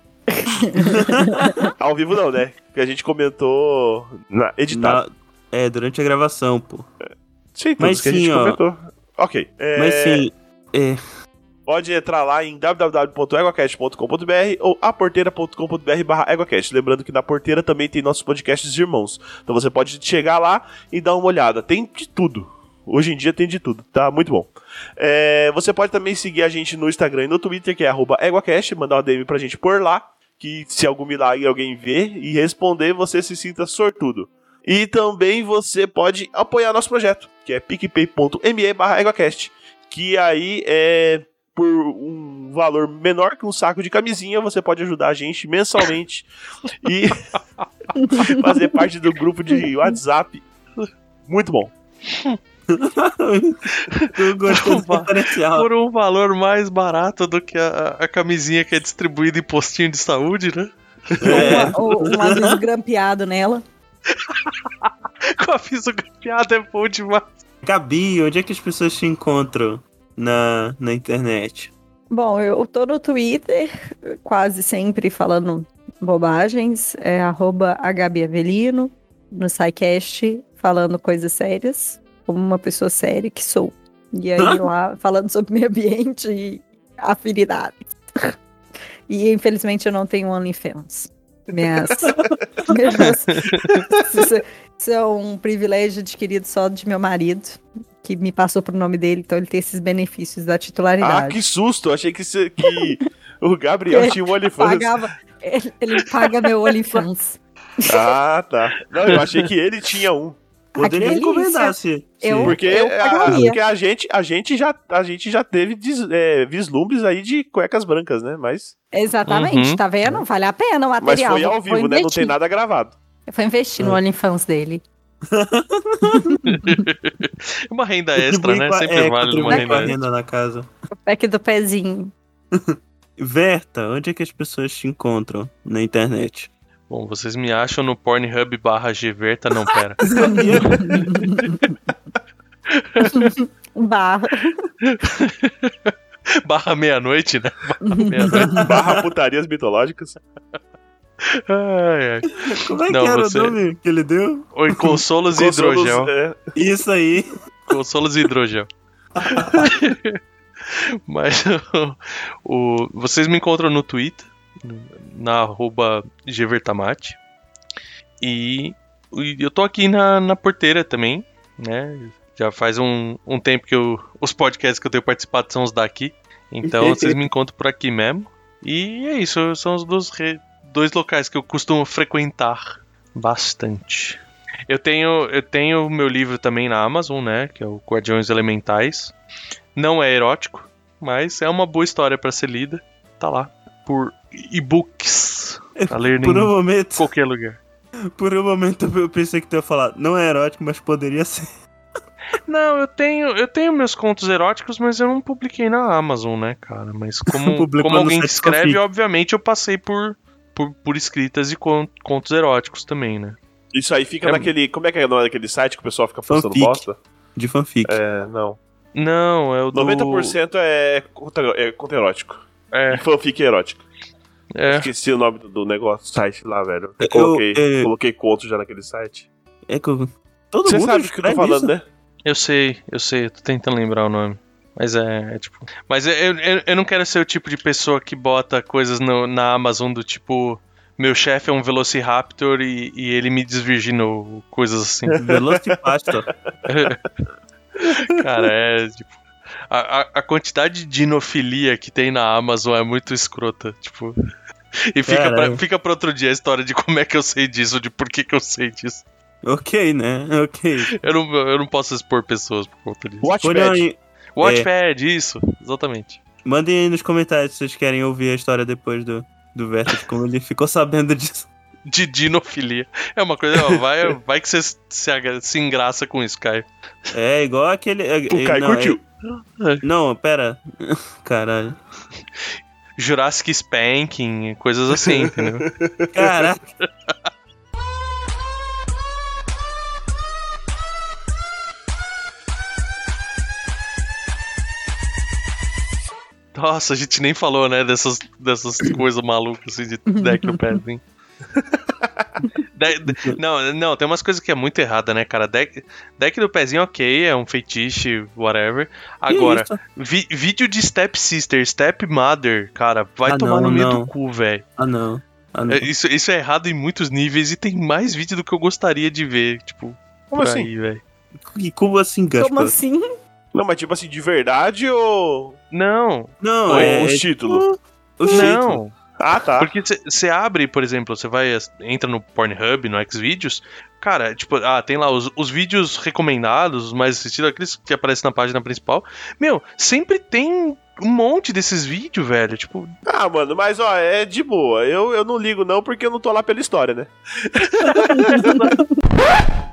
Ao vivo não, né? Que a gente comentou editado. Durante a gravação, pô. Sim, mas que a gente comentou. Ok. Mas sim, Pode entrar lá em www.eguacast.com.br ou aporteira.com.br/eguacast. Lembrando que na Porteira também tem nossos podcasts irmãos. Então você pode chegar lá e dar uma olhada. Tem de tudo. Hoje em dia tem de tudo. Tá muito bom. Você pode também seguir a gente no Instagram e no Twitter, que é @eguacast. Mandar uma DM pra gente por lá. Que se algum milagre alguém ver e responder, você se sinta sortudo. E também você pode apoiar nosso projeto, que é picpay.me/eguacast. Que aí por um valor menor que um saco de camisinha, você pode ajudar a gente mensalmente e fazer parte do grupo de WhatsApp. Muito bom. Eu gostei do diferencial. Por um valor mais barato do que a camisinha que é distribuída em postinho de saúde, né? Um aviso grampeado nela. Com aviso grampeado é bom demais. Gabi, onde é que as pessoas te encontram na internet? Bom, eu tô no Twitter, quase sempre falando bobagens, @HabiAvelino, no SciCast, falando coisas sérias, como uma pessoa séria que sou. E aí lá, falando sobre meio ambiente e afinidades. E infelizmente eu não tenho OnlyFans. Isso é um privilégio adquirido só de meu marido, que me passou pro nome dele, então ele tem esses benefícios da titularidade. Ah, que susto! Achei que o Gabriel tinha um OnlyFans. Ele paga meu OnlyFans. Ah, tá. Não, eu achei que ele tinha um. Poderia recomendar, se. Porque a gente já teve vislumbres aí de cuecas brancas, né? Mas... Exatamente, tá vendo? Vale a pena o material. Mas foi ao vivo, né? Não tem nada gravado. Foi investir no OnlyFans dele. Uma renda extra, né? Sempre vale uma renda na casa. O pack do pezinho. Verta, onde é que as pessoas te encontram na internet? Bom, vocês me acham no Pornhub/Gverta, não, pera. Barra meia-noite, né? Barra putarias mitológicas. Ai. Como é que era o nome que ele deu? Oi, Consolos e Hidrogel. Isso aí. Consolos e Hidrogel. Mas vocês me encontram no Twitter, na @gvertamate. E eu tô aqui na porteira também, né? Já faz um tempo que os podcasts que eu tenho participado são os daqui. Então vocês me encontram por aqui mesmo. E é isso, são os dois locais que eu costumo frequentar bastante. Eu tenho meu livro também na Amazon, né? Que é o Guardiões Elementais. Não é erótico, mas é uma boa história pra ser lida. Tá lá, por e-books. Pra ler em qualquer lugar. Por um momento eu pensei que tu ia falar, não é erótico, mas poderia ser. Não, eu tenho meus contos eróticos, mas eu não publiquei na Amazon, né, cara? Mas como alguém que escreve, obviamente eu passei por escritas e contos eróticos também, né? Isso aí fica naquele... Como é que é o nome daquele site que o pessoal fica postando bosta? De fanfic. Não. Não, é o 90% é conto erótico. É. E fanfic erótico. Esqueci o nome do negócio, site lá, velho. Coloquei conto já naquele site. Todo Você mundo sabe o que eu tô falando, né? Eu sei, tô tentando lembrar o nome. Mas é tipo... Mas eu não quero ser o tipo de pessoa que bota coisas na Amazon do tipo... Meu chefe é um Velociraptor e ele me desvirginou, coisas assim. Velocipastor. Cara, tipo... A quantidade de dinofilia que tem na Amazon é muito escrota, tipo... E fica pra outro dia a história de como é que eu sei disso, de por que eu sei disso. Ok, né? Ok. Eu não posso expor pessoas por conta disso. Watchpad, isso, exatamente. Mandem aí nos comentários se vocês querem ouvir a história depois do Verta, de como ele ficou sabendo disso. De dinofilia. É uma coisa, vai que você se engraça com isso, Caio. É igual aquele... O Caio curtiu. Não, pera. Caralho. Jurassic Spanking, coisas assim, entendeu? Caraca. Nossa, a gente nem falou, né, dessas coisas malucas assim de deck do pezinho. Não, tem umas coisas que é muito errada, né, cara? Deck do pezinho, ok, é um feitiço, whatever. Agora, vídeo de Step Sister, Step Mother, cara, vai tomar no meio do cu, velho. Não. Isso é errado em muitos níveis e tem mais vídeo do que eu gostaria de ver, tipo, como assim? Aí, velho. Como assim, Gaspar? Como assim? Não, mas tipo assim, de verdade ou... Não, os títulos? Não. Ah, tá. Porque você abre, por exemplo, entra no Pornhub, no Xvideos, cara, tipo, tem lá os vídeos recomendados, os mais assistidos, aqueles que aparecem na página principal. Meu, sempre tem um monte desses vídeos, velho, tipo... Ah, mano, mas ó, é de boa. Eu não ligo não, porque eu não tô lá pela história, né?